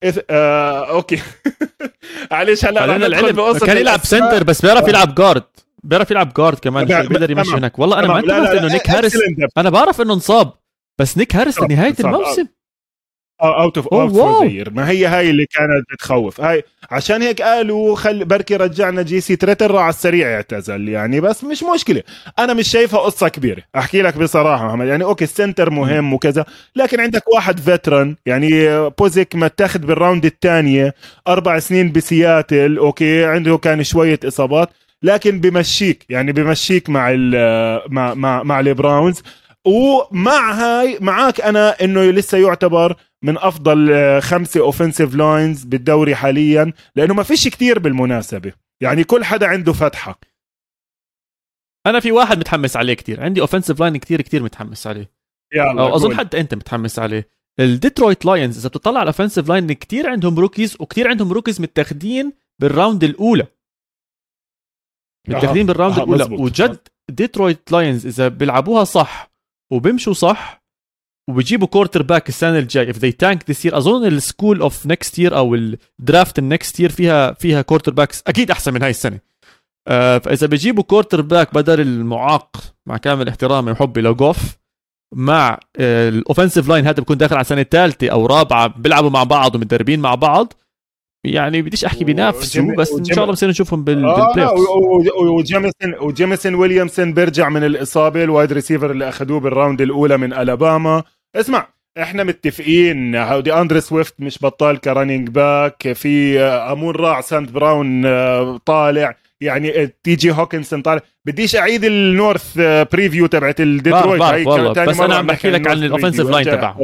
اوكي معلش هلا العلم كان يلعب سنتر بس بيعرف يلعب جارد كمان، بيقدر يمشي هناك. والله انا ما انتبهت انه نيك هاريس، انا بعرف انه انصاب، بس نيك هاريس لنهايه الموسم اوت اوف زير. ما هي هاي اللي كانت بتخوف. هاي عشان هيك قالوا بركي رجعنا جي سي تريتر على السريع يعتزل يعني. بس مش مشكله، انا مش شايفها قصه كبيره احكي لك بصراحه محمد. يعني اوكي السنتر مهم وكذا، لكن عندك واحد فيترن يعني بوزيك ما تاخد بالراوند الثانيه 4 سنين بسياتل. اوكي عنده كان شويه اصابات لكن بمشيك مع البراونز. ومع هاي معاك أنا إنه لسه يعتبر من أفضل 5 أوفنسيف لاينز بالدوري حاليا، لأنه ما فيش كتير بالمناسبة، يعني كل حدا عنده فتحة. أنا في واحد متحمس عليه كتير، عندي أوفنسيف لاين كتير متحمس عليه، أو أظن حتى أنت متحمس عليه. الديترويت لاينز إذا بتطلع على الأوفنسيف لاين كتير عندهم روكيز، وكتير عندهم روكيز متاخدين بالراوند الأولى، وجد ديترويت لاينز إذا بيلعبوها صح وبيمشوا صح وبيجيبوا كورتر باك السنه الجاي if they tank this year. اظن السكول اوف نيكست يير او الدرافت النكست يير فيها كورتر باكس اكيد احسن من هاي السنه. فاذا بيجيبوا كورتر باك بدل المعاق مع كامل احترامي وحبي لجوف، مع الاوفنسيف لاين هذا بيكون داخل على سنه ثالثه او رابعه بيلعبوا مع بعض ومتدربين مع بعض، يعني بديش احكي بينافسوا بس ان شاء الله بصير نشوفهم بالبلاي وجيمسون ويليامسون بيرجع من الاصابه، الوايد ريسيفر اللي اخذوه بالراوند الاولى من الاباما. اسمع احنا متفقين هودي اندري سويفت مش بطال كرانينج باك، في امون راع سانت براون طالع، يعني تي جي هوكنسون طالع. بديش اعيد النورث بريفيو تبعت الديترويت هاي بس انا عم بحكي لك عن الاوفنسيف لاين تبعهم.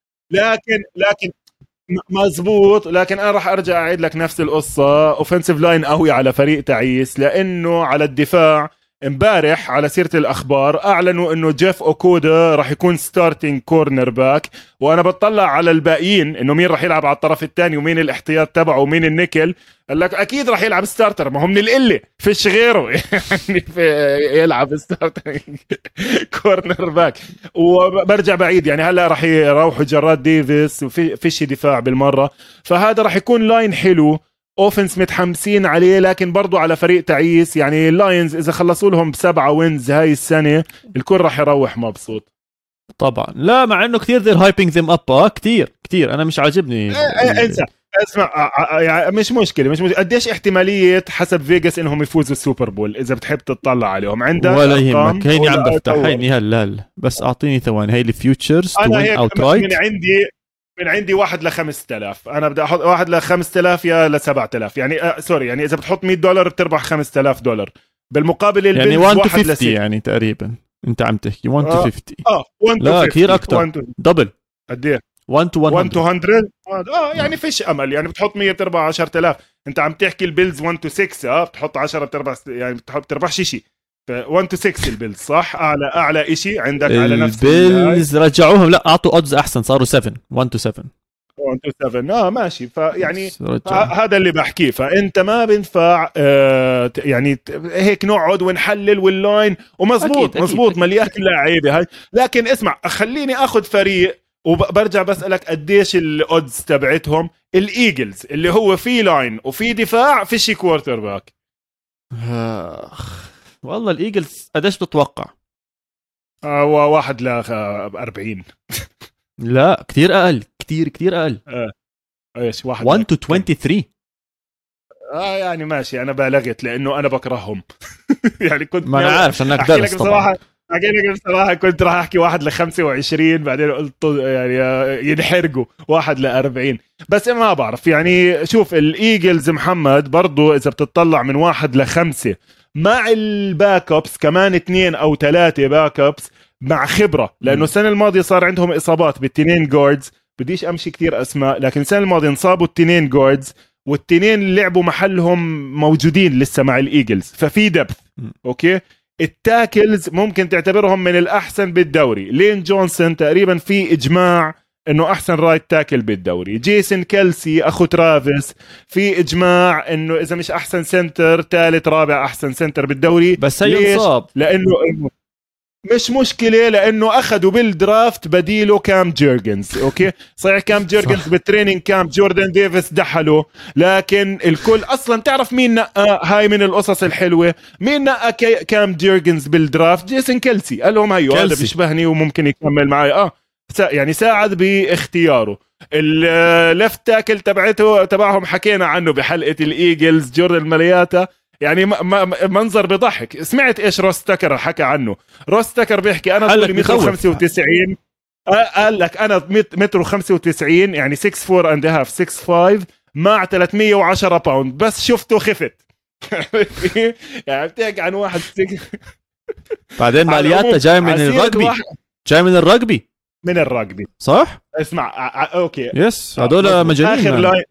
لكن مزبوط، لكن انا راح ارجع اعيد لك نفس القصه. اوفنسيف لاين قوي على فريق تعيس، لانه على الدفاع امبارح على سيرة الأخبار أعلنوا أنه جيف أوكودا راح يكون ستارتينج كورنر باك، وأنا بطلع على الباقيين أنه مين راح يلعب على الطرف الثاني ومين الاحتياط تبعه ومين النيكل. قال لك أكيد راح يلعب ستارتر، ما هو من القلة فيش غيره يعني يلعب ستارتر كورنر باك. وبرجع بعيد يعني هلأ راح يروحوا جراد ديفيس وفيش دفاع بالمرة، فهذا راح يكون لاين حلو اوفنس متحمسين عليه. لكن برضو على فريق تعيس، يعني اللاينز اذا خلصوا لهم ب7 وينز هاي السنه الكل راح يروح مبسوط طبعا. لا مع انه كثير they're hyping them up كثير انا مش عاجبني. انسى اسمع يعني مش مشكله قديش احتماليه حسب فيغاس انهم يفوزوا السوبر بول اذا بتحب تطلع عليهم عندك ولا يهمك. هيني عم بفتح هيني هلا بس اعطيني ثواني. هي الفيوتشرز تو وين اوت رايت من عندي 1 ل5000. انا بدي احط 1 ل5000 يا ل7000 يعني سوري، يعني اذا بتحط $100 بتربح $5000 بالمقابل يعني 1 to 50 يعني تقريبا انت عم تحكي 1 to 50. 1 to لا 50. كثير اكثر دبل قد ايه 1 to 100 يعني فيش امل. يعني بتحط 100 بتربح 10000. انت عم تحكي البيلز 1 to 6 بتحط 10 بتربح، يعني بتربحش شيء. ف 1 to 6 البيلز صح، اعلى شيء عندك على نفس البيلز. رجعوهم لا اعطوا اودز احسن، صاروا 7 1 to 7 1 to 7 ماشي. فيعني هذا اللي بحكيه. فانت ما بينفع يعني هيك نقعد ونحلل واللاين ومزبوط مزبوط مليان لاعيبه هاي. لكن اسمع خليني اخذ فريق وبرجع بسألك قديش الأودز تبعتهم. الإيجلز اللي هو في لاين وفي دفاع في شي كوارتر باك. والله الإيجلز قديش بتتوقع؟ 1 ل40. لا كتير أقل، كتير أقل. ايش 1 to 23. يعني ماشي أنا بالغت لأنه أنا بكرههم. يعني كنت ما أنا عارف أنك درس طبعا. أحكي بصراحة كنت راح أحكي 1 ل25 بعدين قلت يعني ينحرقوا 1 ل40. بس ما بعرف يعني. شوف الإيجلز محمد برضو إذا بتطلع من 1 ل5 مع الباك أبس كمان 2 أو 3 باك أبس مع خبرة، لأنه السنة الماضية صار عندهم إصابات بالتنين جاردز. بديش أمشي كتير أسماء، لكن السنة الماضية انصابوا التنين جاردز والتنين اللي لعبوا محلهم موجودين لسه مع الإيجلز، ففي دبث. أوكي التاكلز ممكن تعتبرهم من الأحسن بالدوري. لين جونسون تقريبا في إجماع إنه أحسن رايت تاكل بالدوري. جيسون كيلسي أخو ترافيس في إجماع إنه إذا مش أحسن سنتر 3 4 أحسن سنتر بالدوري. بس هي انصاب لأنه مش مشكلة، لأنه أخذوا بالدرافت بديله كام جيرجنز. أوكي صحيح كام جيرجنز بالتريننج كام جوردن ديفيس دحله، لكن الكل أصلا تعرف مين نقى. هاي من القصص الحلوة. مين نقى كام جيرجنز بالدرافت؟ جيسون كيلسي. قال لهم هيو هذا بيشبهني وممكن يكمل معي. يعني ساعد باختياره. اللفت تاكل تبعهم حكينا عنه بحلقة الإيجلز جوردن مالياتا، يعني منظر بضحك. سمعت ايش روس تاكر حكى عنه؟ روس تاكر بيحكي انا طولي 195 قال لك انا متر 95 يعني 6'4 and a half 6'5 مع 310 باوند، بس شفته خفت. يعني بتحكي عن واحد بعدين مالياتا جاي من الرجبي من الرجبي صح. اسمع اوكي يس هذول مجانين.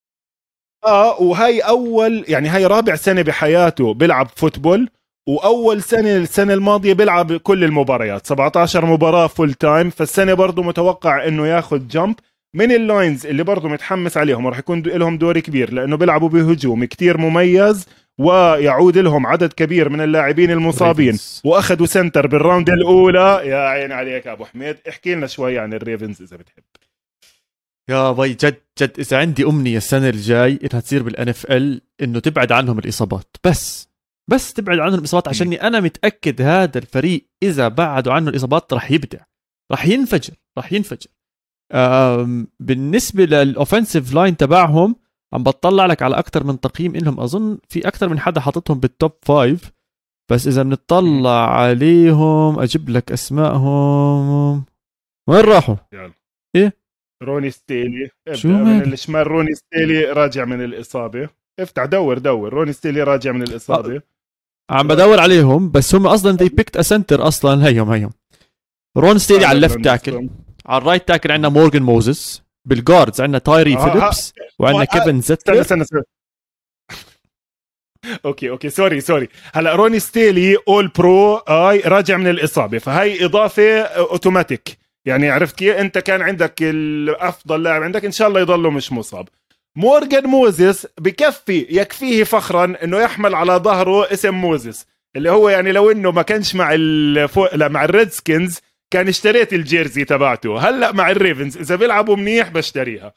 وهي اول يعني هي رابع سنة بحياته بيلعب فوتبول، واول سنة السنة الماضية بيلعب كل المباريات 17 مباراة فول تايم. فالسنة برضو متوقع انه ياخد جمب من اللاينز اللي برضو متحمس عليهم. راح يكون لهم دور كبير لانه بيلعبوا بهجوم كتير مميز، ويعود لهم عدد كبير من اللاعبين المصابين. واخدوا سنتر بالراوند الاولى. يا عين عليك ابو حميد، احكي لنا شوي عن الريفنز اذا بتحب. يا بي جد إذا عندي أمنية السنة الجاي إنها تصير بالNFL إنه تبعد عنهم الإصابات. بس تبعد عنهم الإصابات، عشاني أنا متأكد هذا الفريق إذا بعدوا عنه الإصابات رح يبدع، رح ينفجر. بالنسبة للأوفنسيف لاين تبعهم عم بطلع لك على أكتر من تقييم إنهم، أظن في أكتر من حدا حاطتهم بالتوب 5. بس إذا بنطلع عليهم أجيب لك أسمائهم. وين راحوا؟ ايه روني ستيلي شو من الشمال. روني ستيلي راجع من الإصابة. افتح دور روني ستيلي راجع من الإصابة. عم بدور عليهم بس هم اصلا they picked a center اصلا. هيهم رون ستيلي على الليفت تاكل. على الرايت تاكل عندنا مورغان موزيس. بالجاردز عندنا تايري فيليبس وعندنا كيفن زيتلر. استنى اوكي سوري. هلا روني ستيلي اول برو راجع من الإصابة، فهي إضافة اوتوماتيك. يعني عرفت كيف؟ انت كان عندك الافضل لاعب عندك، ان شاء الله يضله مش مصاب. مورغان موزيس يكفيه فخرا انه يحمل على ظهره اسم موزيس، اللي هو يعني لو انه ما كانش مع مع الريدسكنز كان اشتريت الجيرزي تبعته. هلا مع الريفنز اذا بيلعبوا منيح بشتريها.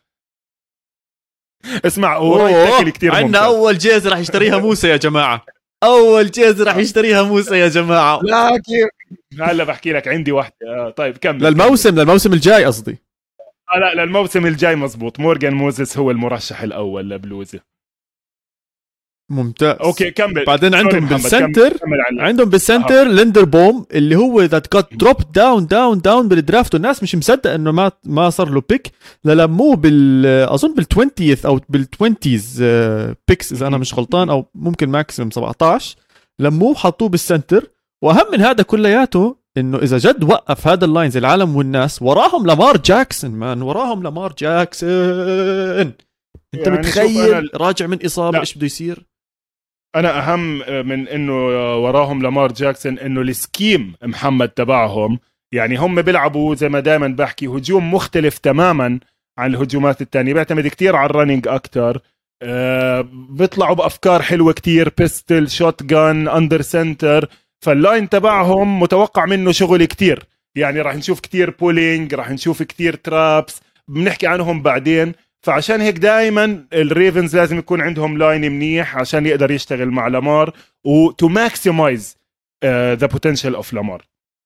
اسمع وراي كثير ممتاز. عندنا اول جيرزي راح يشتريها موسى يا جماعه. اول جيرزي راح يشتريها موسى يا جماعه. لا كيف هلا بحكي لك عندي واحده. طيب كمل. للموسم الجاي قصدي. لا للموسم الجاي مزبوط. مورغان موزيس هو المرشح الاول لبلوزه. ممتاز. اوكي كمل. بعدين عندهم بالسنتر ليندر بوم اللي هو ذات جت دروب داون بالدرافت، والناس مش مصدق انه ما صار له بيك. للموه اظن بال20 او بال20 بيكس اذا انا مش غلطان، او ممكن ماكسيمم 17. لموه حطوه بالسنتر. واهم من هذا كلياته انه اذا جد وقف هذا اللاينز العالم والناس وراهم لامار جاكسون. انت يعني متخيل راجع من اصابه ايش بده يصير؟ انا اهم من انه وراهم لامار جاكسون انه السكيم محمد تبعهم. يعني هم بيلعبوا زي ما دائما بحكي هجوم مختلف تماما عن الهجومات التانية. بيعتمد كتير على الرننج اكتر. بيطلعوا بافكار حلوه كتير، بيستل، شوت جان، اندر سنتر. فاللاين تبعهم متوقع منه شغل كتير. يعني راح نشوف كتير بولينج، راح نشوف كتير ترابس، بنحكي عنهم بعدين. فعشان هيك دائما الريفنز لازم يكون عندهم لاين منيح عشان يقدر يشتغل مع لامار وتو ماكسمايز ذا بوتنشال اوف لامار.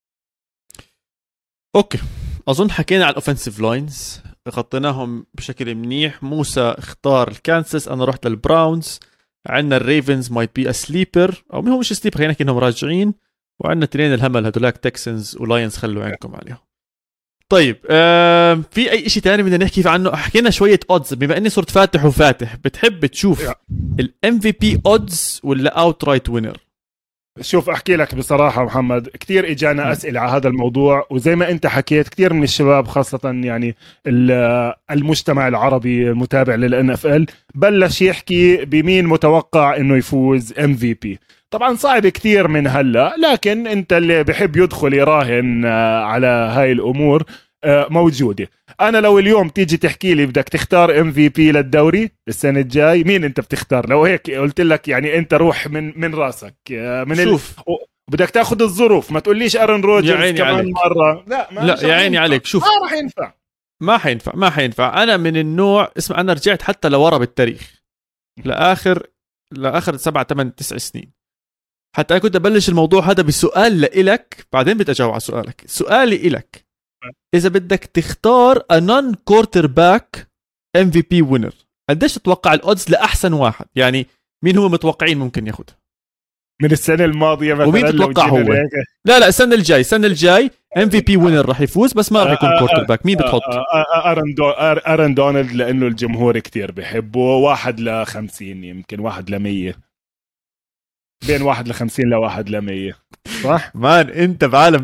اوكي اظن حكينا على الاوفنسيف لاينز، غطيناهم بشكل منيح. موسى اختار الكانساس، انا رحت للبراونز. عندنا الريفنز مايت بي سليبر، او هو مش سليبر، خلينا نحكي انهم راجعين. وعندنا تنين الهمل هدولاك تكسنز ولاينز، خلوا عينكم عليهم. طيب في اي شيء تاني بدنا نحكي عنه؟ حكينا شويه اودز. بما اني صرت فاتح بتحب تشوف الام في بي اودز ولا اوت رايت وينر؟ شوف احكي لك بصراحه محمد، كتير اجانا اسئله على هذا الموضوع، وزي ما انت حكيت كتير من الشباب خاصه يعني المجتمع العربي المتابع للان اف ال بلش يحكي بمين متوقع انه يفوز ام في بي. طبعا صعب كتير من هلا، لكن انت اللي بحب يدخل يراهن على هاي الامور موجوده. انا لو اليوم تيجي تحكي لي بدك تختار ام في بي للدوري السنه الجاي، مين انت بتختار؟ لو هيك قلت لك يعني انت روح من راسك من شوف بدك تاخذ الظروف، ما تقوليش ارن روجرز كمان عليك. مره لا يا عيني عليك. شوف ما راح ينفع، ما حينفع. انا من النوع اسمع، انا رجعت حتى لورا بالتاريخ لاخر 7 8 9 سنين. حتى أنا كنت أبلش الموضوع هذا بسؤال لإلك، بعدين بدي أجاوب على سؤالك. سؤالي إلك، إذا بدك تختار a non-quarterback MVP winner، قديش تتوقع الأودز لأحسن واحد؟ يعني مين هو متوقعين ممكن ياخدها من السنة الماضية مثلا؟ ومين تتوقع هو؟ لا السنة الجاي MVP winner راح يفوز، بس ما راح يكون quarterback. مين بتحط؟ أرن دونالد، لأنه الجمهور كتير بيحبه. 1-50 يمكن 1-100، بين 1-50 ل1-100. صح؟ مان انت بعالم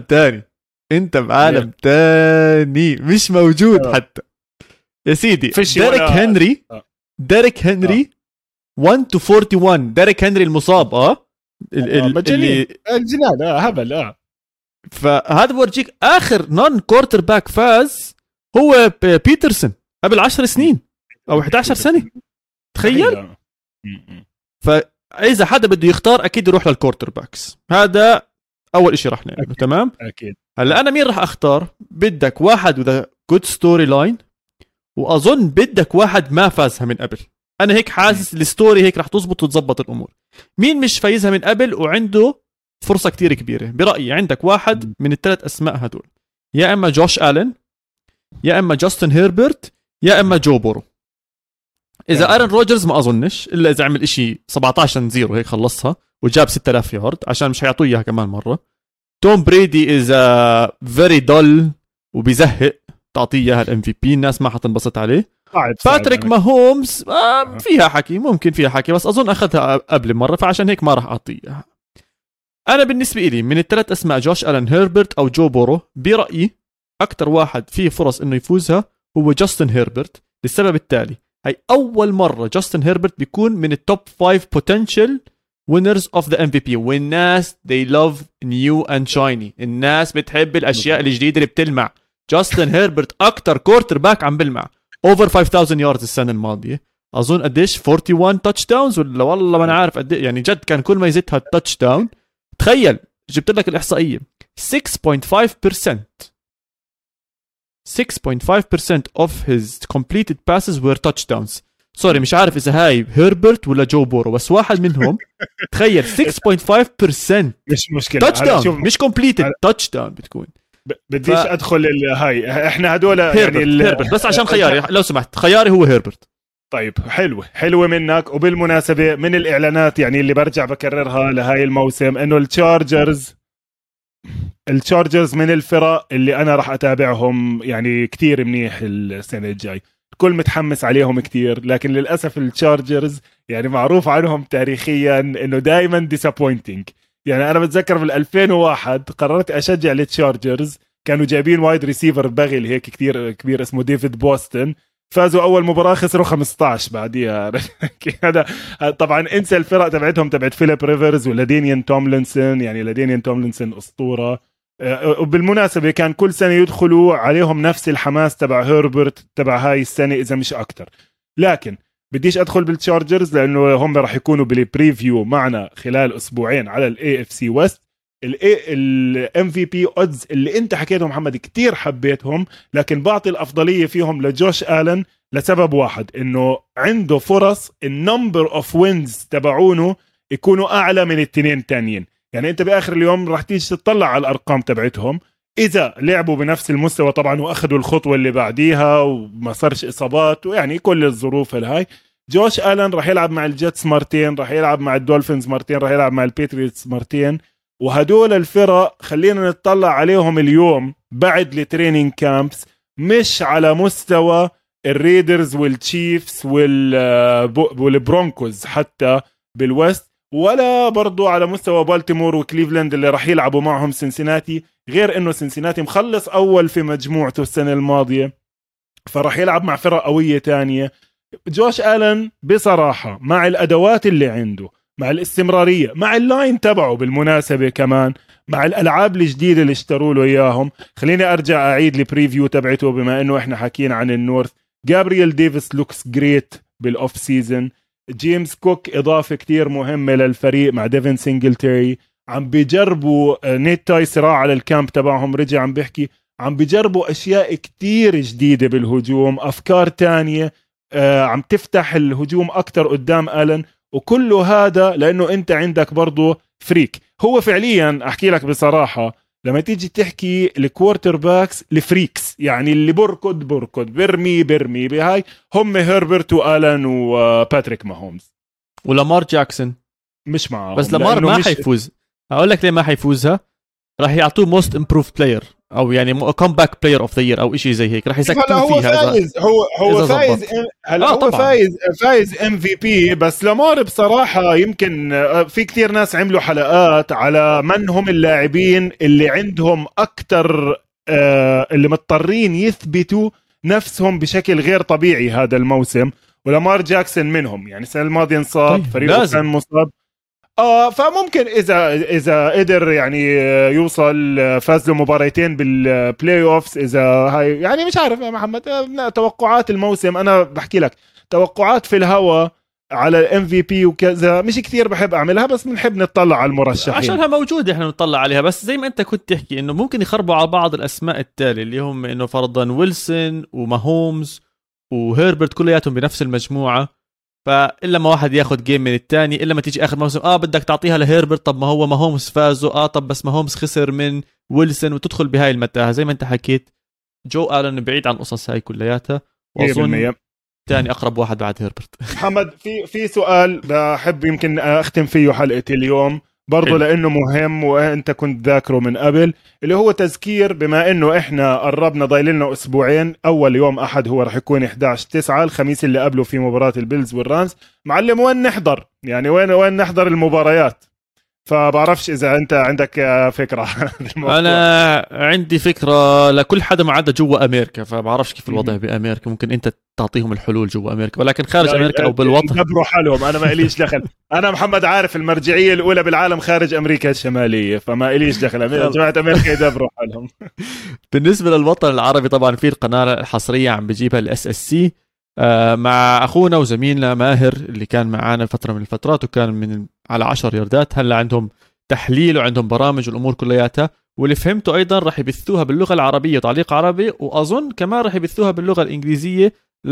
تاني مش موجود حتى يا سيدي. ديريك هنري 1-41. ديريك هنري المصاب اللي الجنان هبل. فهذا بورجيك اخر نون كورتر باك فاز هو بيترسون قبل 10 سنين او 11 سنة، تخيل. إذا حدا بده يختار أكيد يروح للكورتر باكس. هذا أول إشي راح نعمله. تمام. أكيد. هلا أنا مين راح أختار؟ بدك واحد وذا جود ستوري لاين، وأظن بدك واحد ما فازها من قبل. أنا هيك حاسس الستوري هيك راح تزبط وتزبط الأمور. مين مش فايزها من قبل وعنده فرصة كتير كبيرة؟ برأيي عندك واحد من الثلاث أسماء هدول، يا إما جوش آلن، يا إما جاستن هيربرت، يا إما جو بورو. إذا أرن روجرز ما أظنش إلا إذا عمل إشي 17-0 هيك خلصها وجاب 6000 يارد، عشان مش هيعطوه إياها كمان مرة. توم بريدي إذا very dull وبيزهق تعطيه اياها الام في بي، الناس ما حتنبسط عليه. صعب باتريك ماهومز فيها حكي، ممكن فيها حكي، بس اظن اخذها قبل مره، فعشان هيك ما راح اعطيه اياها. انا بالنسبه لي من الثلاث اسماء جوش آلن، هيربرت او جو بورو، برايي اكثر واحد فيه فرص انه يفوزها هو جاستن هيربرت، للسبب التالي: هي اول مره جاستن هيربرت بيكون من التوب 5 potential winners of the MVP، والناس they love new and shiny، الناس بتحب الاشياء الجديده اللي بتلمع. جاستن هيربرت اكثر كورتر باك عم بلمع، اوفر 5000 ياردز السنه الماضيه، اظن قديش 41 تاتش داونز، ولا والله ما انا عارف قد يعني، جد كان كل ما يزيدها التاتش داون. تخيل جبت لك الاحصائيه 6.5% 6.5% of his completed passes were touchdowns. سوري مش عارف اذا هاي هيربرت ولا جو بورو، بس واحد منهم. تخيل 6.5% مش مشكله تاتش داون، مش completed تاتش داون بتكون. بديش ادخل هاي احنا هدول يعني هيربرت بس عشان خياري لو سمحت، خياري هو هيربرت. طيب حلوة منك. وبالمناسبة من الإعلانات يعني اللي برجع بكررها لهاي الموسم إنه التشارجرز من الفرق اللي أنا راح أتابعهم يعني كتير منيح السنة الجاي، الكل متحمس عليهم كتير، لكن للأسف التشارجرز يعني معروف عنهم تاريخيا إنه دايما disappointing. يعني أنا بتذكر في 2001 قررت أشجع التشارجرز، كانوا جايبين وايد ريسيفر بغل هيك كتير كبير اسمه ديفيد بوستن، فازوا اول مباراه خسروا 15 بعديها. هذا طبعا انسى الفرق تبعتهم تبعت فيليب ريفرز ولادينيان توملينسون، يعني لادينيان توملينسون اسطوره. وبالمناسبه كان كل سنه يدخلوا عليهم نفس الحماس تبع هيربرت تبع هاي السنه اذا مش اكتر. لكن بديش ادخل بالتشارجرز لانه هم راح يكونوا بالبريفيو معنا خلال اسبوعين على الاي اف سي ويست. الام في بي اودز اللي انت حكيتهم محمد كتير حبيتهم، لكن بعطي الافضليه فيهم لجوش آلن لسبب واحد، انه عنده فرص النمبر اوف وينز تبعونه يكونوا اعلى من التنين تانيين. يعني انت باخر اليوم راح تيجي تطلع على الارقام تبعتهم، اذا لعبوا بنفس المستوى طبعا واخذوا الخطوه اللي بعديها وما صارش اصابات ويعني كل الظروف الهاي. جوش آلن راح يلعب مع الجيتس مرتين، راح يلعب مع الدولفينز مرتين، راح يلعب مع البيتريتس مرتين، وهدول الفرق خلينا نطلع عليهم اليوم بعد التريننج كامبس مش على مستوى الريدرز والتشيفز والبرونكوز حتى بالوست، ولا برضو على مستوى بالتيمور وكليفلاند اللي راح يلعبوا معهم سنسيناتي، غير انه سنسيناتي مخلص اول في مجموعته السنة الماضية، فراح يلعب مع فرق قوية تانية. جوش آلن بصراحة مع الادوات اللي عنده، مع الاستمرارية، مع اللاين تبعه بالمناسبة كمان، مع الألعاب الجديدة اللي اشتروا له إياهم. خليني أرجع أعيد البريفيو تبعته بما أنه إحنا حكينا عن النورث. جابرييل ديفيس لوكس جريت بالأوف سيزن. جيمس كوك إضافة كتير مهمة للفريق مع ديفن سينجلتري. عم بيجربوا نيت تاي صراع على الكامب تبعهم، رجع عم بيحكي عم بيجربوا أشياء كتير جديدة بالهجوم، أفكار تانية عم تفتح الهجوم أكتر قدام آلن. وكله هذا لأنه أنت عندك برضو فريك. هو فعليا أحكي لك بصراحة لما تيجي تحكي الكوارتر باكس الفريكس، يعني اللي بركض برمي بهاي هم هيربرت وآلن وباتريك ماهومز ولامار جاكسون مش معه. بس لامار ما حيفوز. أقول لك ليه ما حيفوزها، راح يعطوه موست امبروف بلاير او يعني كومباك بلاير اوف ذا يير او شيء زي هيك، راح يسكتوه فيها. هو فايز هلا هو فايز ام في بي. بس لامار بصراحه يمكن في كتير ناس عملوا حلقات على من هم اللاعبين اللي عندهم اكتر اللي مضطرين يثبتوا نفسهم بشكل غير طبيعي هذا الموسم، ولامار جاكسون منهم. يعني السنه الماضيه انصاب، فريقه كان مصاب، فممكن اذا قدر يعني يوصل، فاز له مباراتين بالبلاي اوفز، اذا هاي يعني مش عارف يا محمد. توقعات الموسم انا بحكي لك توقعات في الهوا على الام في بي وكذا مش كثير بحب اعملها، بس بنحب نطلع على المرشحين عشانها موجوده احنا نطلع عليها. بس زي ما انت كنت تحكي انه ممكن يخربوا على بعض الاسماء التالي اللي هم انه فرضا ويلسون وماهومز وهيربرت كلياتهم بنفس المجموعه، فإلا ما واحد ياخد جيم من الثاني، إلا ما تيجي آخر موسم بدك تعطيها لهيربرت، طب ما هو ماهومز فازوا، طب بس ماهومز خسر من ويلسون، وتدخل بهاي المتاهة. زي ما انت حكيت جو آلن بعيد عن قصص هاي كلياتها، وأظن تاني أقرب واحد بعد هيربرت. محمد في سؤال بحب يمكن أختم فيه حلقة اليوم، برضو لأنه مهم وأنت كنت ذاكره من قبل، اللي هو تذكير بما أنه إحنا قربنا ضايل لنا أسبوعين. أول يوم أحد هو رح يكون 11/9، الخميس اللي قبله في مباراة البيلز والرامز. معلم وين نحضر يعني، وين نحضر المباريات؟ فبعرفش إذا أنت عندك فكرة. أنا عندي فكرة لكل حدا ما عدا جوا أمريكا، فبعرفش كيف الوضع بأمريكا. ممكن أنت تعطيهم الحلول جوا أمريكا، ولكن خارج أمريكا أو بالوطن يدبروا حالهم. أنا ما إليش دخل. أنا محمد عارف المرجعية الأولى بالعالم خارج أمريكا الشمالية، فما إليش دخل. جماعة أمريكا يدبروا حالهم. بالنسبة للوطن العربي طبعا في القناة الحصرية عم بجيبها الSSC مع أخونا وزميلنا ماهر اللي كان معانا فترة من الفترات، وكان من على 10 ياردات. هلا عندهم تحليل وعندهم برامج والأمور كلياتها. واللي فهمته أيضا رح يبثوها باللغة العربية تعليق عربي، وأظن كمان رح يبثوها باللغة الإنجليزية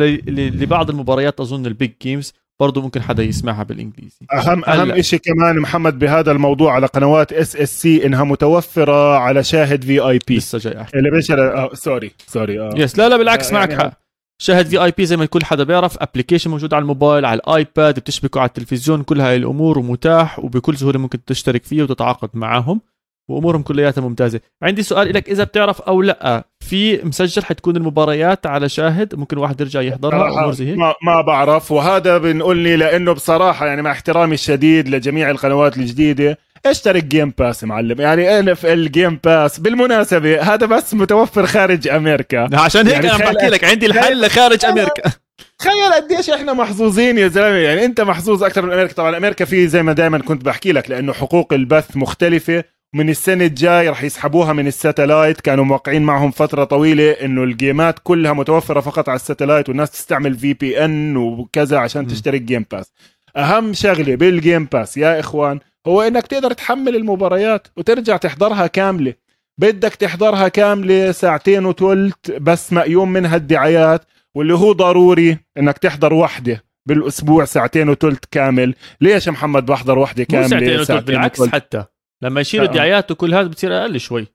لبعض المباريات. أظن البيج جيمز برضو ممكن حدا يسمعها بالإنجليزي. أهم إشي كمان محمد بهذا الموضوع على قنوات SSC إنها متوفرة على شاهد VIP. لسه جاي أحكي اللي بيش سوري يس لا بالعكس معك حق. شاهد VIP زي ما كل حدا بيعرف، ابلكيشن موجود على الموبايل على الايباد، بتشبكه على التلفزيون، كل هاي الامور ومتاح وبكل سهوله ممكن تشترك فيه وتتعاقد معاهم، وامورهم كلياتها ممتازه. عندي سؤال لك، اذا بتعرف او لا، في مسجل حتكون المباريات على شاهد ممكن واحد يرجع يحضرها امور زي هيك؟ ما بعرف، وهذا بنقولني لانه بصراحه يعني مع احترامي الشديد لجميع القنوات الجديده، اشترك جيم باس معلم. يعني NFL جيم باس بالمناسبه هذا بس متوفر خارج امريكا، عشان هيك يعني انا بحكي لك عندي الحل لخارج امريكا. تخيل قديش احنا محظوظين يا زلمه. يعني انت محظوظ اكثر من امريكا. طبعا امريكا فيه زي ما دائما كنت بحكي لك، لانه حقوق البث مختلفه، ومن السنه الجاي رح يسحبوها من الساتلايت. كانوا موقعين معهم فتره طويله انه الجيمات كلها متوفره فقط على الساتلايت، والناس تستعمل VPN وكذا عشان تشترك جيم باس. اهم شغله بالجيم باس يا اخوان هو انك تقدر تحمل المباريات وترجع تحضرها كامله. بدك تحضرها كامله 2.25 ساعة بس مقيوم منها الدعايات، واللي هو ضروري انك تحضر وحده بالاسبوع 2.25 ساعة كامل. ليش يا محمد بحضر وحده كامله 2.25 بالعكس، حتى لما يشيلوا الدعايات وكل هذا بتصير اقل شوي،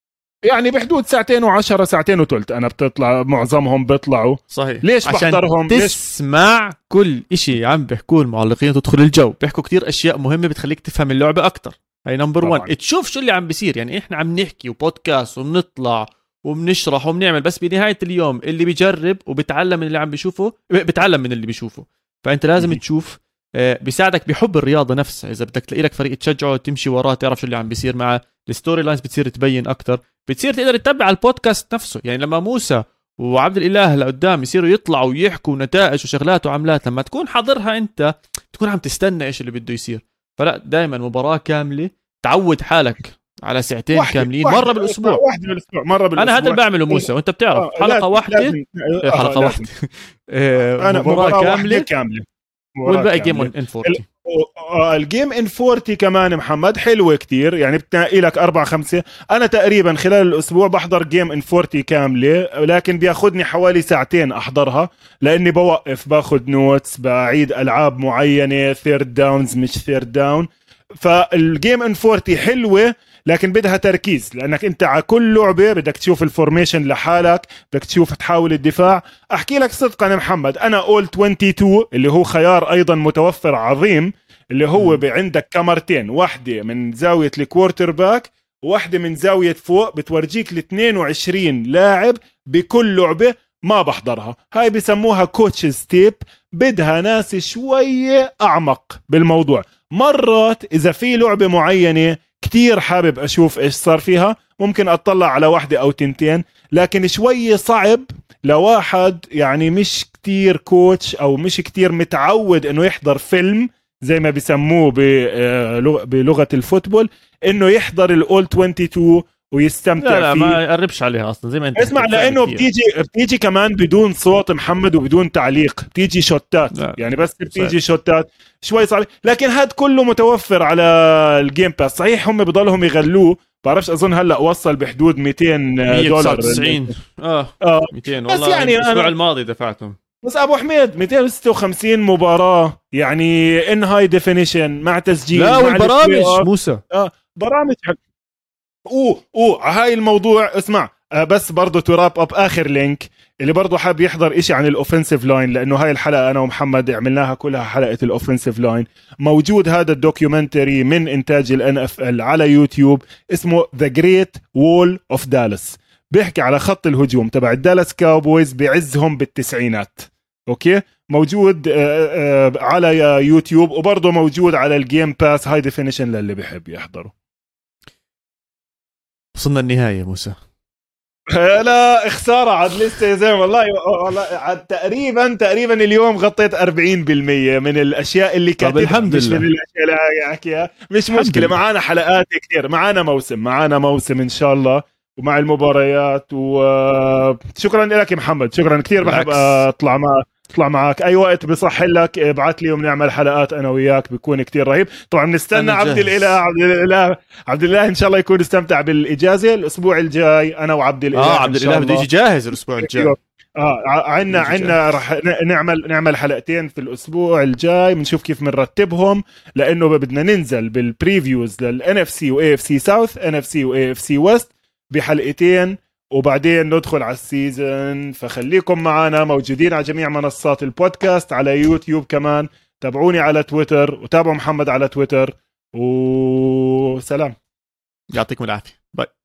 يعني بحدود 2.10 ساعة 2.25 انا بتطلع معظمهم بيطلعوا. صحيح. ليش بحضرهم؟ تسمع كل إشي عم بيحكوه المعلقين، تدخل الجو، بيحكوا كتير اشياء مهمه بتخليك تفهم اللعبه اكتر. هاي نمبر 1. تشوف شو اللي عم بيصير. يعني احنا عم نحكي وبودكاست وبنطلع وبنشرح وبنعمل، بس بنهايه اليوم اللي بيجرب وبتعلم من اللي عم بيشوفه، بتعلم من اللي بيشوفه. فانت لازم تشوف، بيساعدك بحب الرياضه نفسها. اذا بدك تلاقي لك فريق تشجعه تمشي وراه، تعرف شو اللي عم بيصير معه، الستوري لاينز بتصير تبين اكتر، بتصير تقدر تتبع البودكاست نفسه. يعني لما موسى وعبد الاله لقدام يصيروا يطلعوا ويحكوا نتائج وشغلات وعملات، لما تكون حاضرها انت تكون عم تستنى ايش اللي بده يصير. فلا، دائما مباراه كامله، تعود حالك على 2 ساعة كاملين، مرة بالأسبوع. مرة بالأسبوع. أنا هذا اللي بعمله موسى، وأنت بتعرف حلقة واحدة، حلقة واحدة أنا مباراة كاملة والباقي جيم ان 40. الجيم ان 40 كمان محمد حلوة كتير، يعني بتنقي لك 4-5. أنا تقريبا خلال الأسبوع بحضر جيم ان 40 كاملة، لكن بياخدني حوالي 2 ساعة أحضرها، لأني بوقف باخد نوتس، بعيد ألعاب معينة، ثيرد داونز مش ثيرد داون. فالجيم ان 40 حلوة، لكن بدها تركيز، لأنك أنت على كل لعبة بدك تشوف الفورميشن لحالك، بدك تشوف تحاول الدفاع. أحكي لك صدقا يا محمد، أنا أول 22 اللي هو خيار أيضا متوفر عظيم، اللي هو عندك كاميرتين، واحدة من زاوية الكوارتر باك وواحدة من زاوية فوق، بتورجيك ال 22 لاعب بكل لعبة. ما بحضرها، هاي بسموها كوتشز تيب، بدها ناس شوية أعمق بالموضوع. مرات إذا في لعبة معينة كتير حابب أشوف إيش صار فيها، ممكن أطلع على 1 أو 2، لكن شوية صعب لواحد يعني مش كتير كوتش أو مش كتير متعود إنه يحضر فيلم زي ما بيسموه بلغة الفوتبول، إنه يحضر الأول 22 ويستمتع لا فيه. ما يقربش عليها أصلا زي ما أنت اسمع، لأنه بتيجي كمان بدون صوت محمد وبدون تعليق، بتيجي شوتات. يعني بس بتيجي شوتات شوي صعب، لكن هاد كله متوفر على الجيم باس. صحيح هم بضلهم يغلوه، بعرفش، أظن هلأ وصل بحدود $200. 199 200 بس والله. يعني الأسبوع الماضي دفعتهم. بس أبو حميد 256 مباراة يعني ان هاي ديفينيشن مع تسجيل. لا والبرامج موسى برامج هاي الموضوع. اسمع، بس برضو تراب اب اخر لينك اللي برضو حاب يحضر إشي عن الاوفنسيف لاين، لانه هاي الحلقه انا ومحمد عملناها كلها حلقه الاوفنسيف لاين. موجود هذا الدوكيومنتري من انتاج الNFL على يوتيوب، اسمه ذا جريت وول اوف دالاس. بيحكي على خط الهجوم تبع الدالاس كاوبويز بعزهم بالتسعينات. اوكي، موجود على يوتيوب، وبرضه موجود على الجيم باس هاي ديفينيشن للي بيحب يحضره. وصلنا النهايه موسى. لا خساره عاد لسه يا زلمه، والله عاد تقريبا اليوم غطيت 40% من الاشياء اللي كانت الحمد مش لله. من الاشياء اللي احكيها مش مشكله. معانا حلقات كثير، معانا موسم ان شاء الله، ومع المباريات. وشكرا لك يا محمد، شكرا كثير. بحب اطلع معك اي وقت بصح لك، ابعت لي وبنعمل حلقات انا وياك، بيكون كتير رهيب. طبعا نستنى عبد الاله ان شاء الله يكون استمتع بالاجازه الاسبوع الجاي. انا وعبد الاله عبد الاله بده يجي جاهز الاسبوع الجاي. عنا رح نعمل حلقتين في الاسبوع الجاي، بنشوف كيف بنرتبهم، لانه بدنا ننزل بالبريفيوز للNFC وAFC ساوث، NFC وAFC ويست بحلقتين، وبعدين ندخل على السيزن. فخليكم معنا موجودين على جميع منصات البودكاست، على يوتيوب كمان، تابعوني على تويتر وتابعوا محمد على تويتر، وسلام. يعطيكم العافية. باي.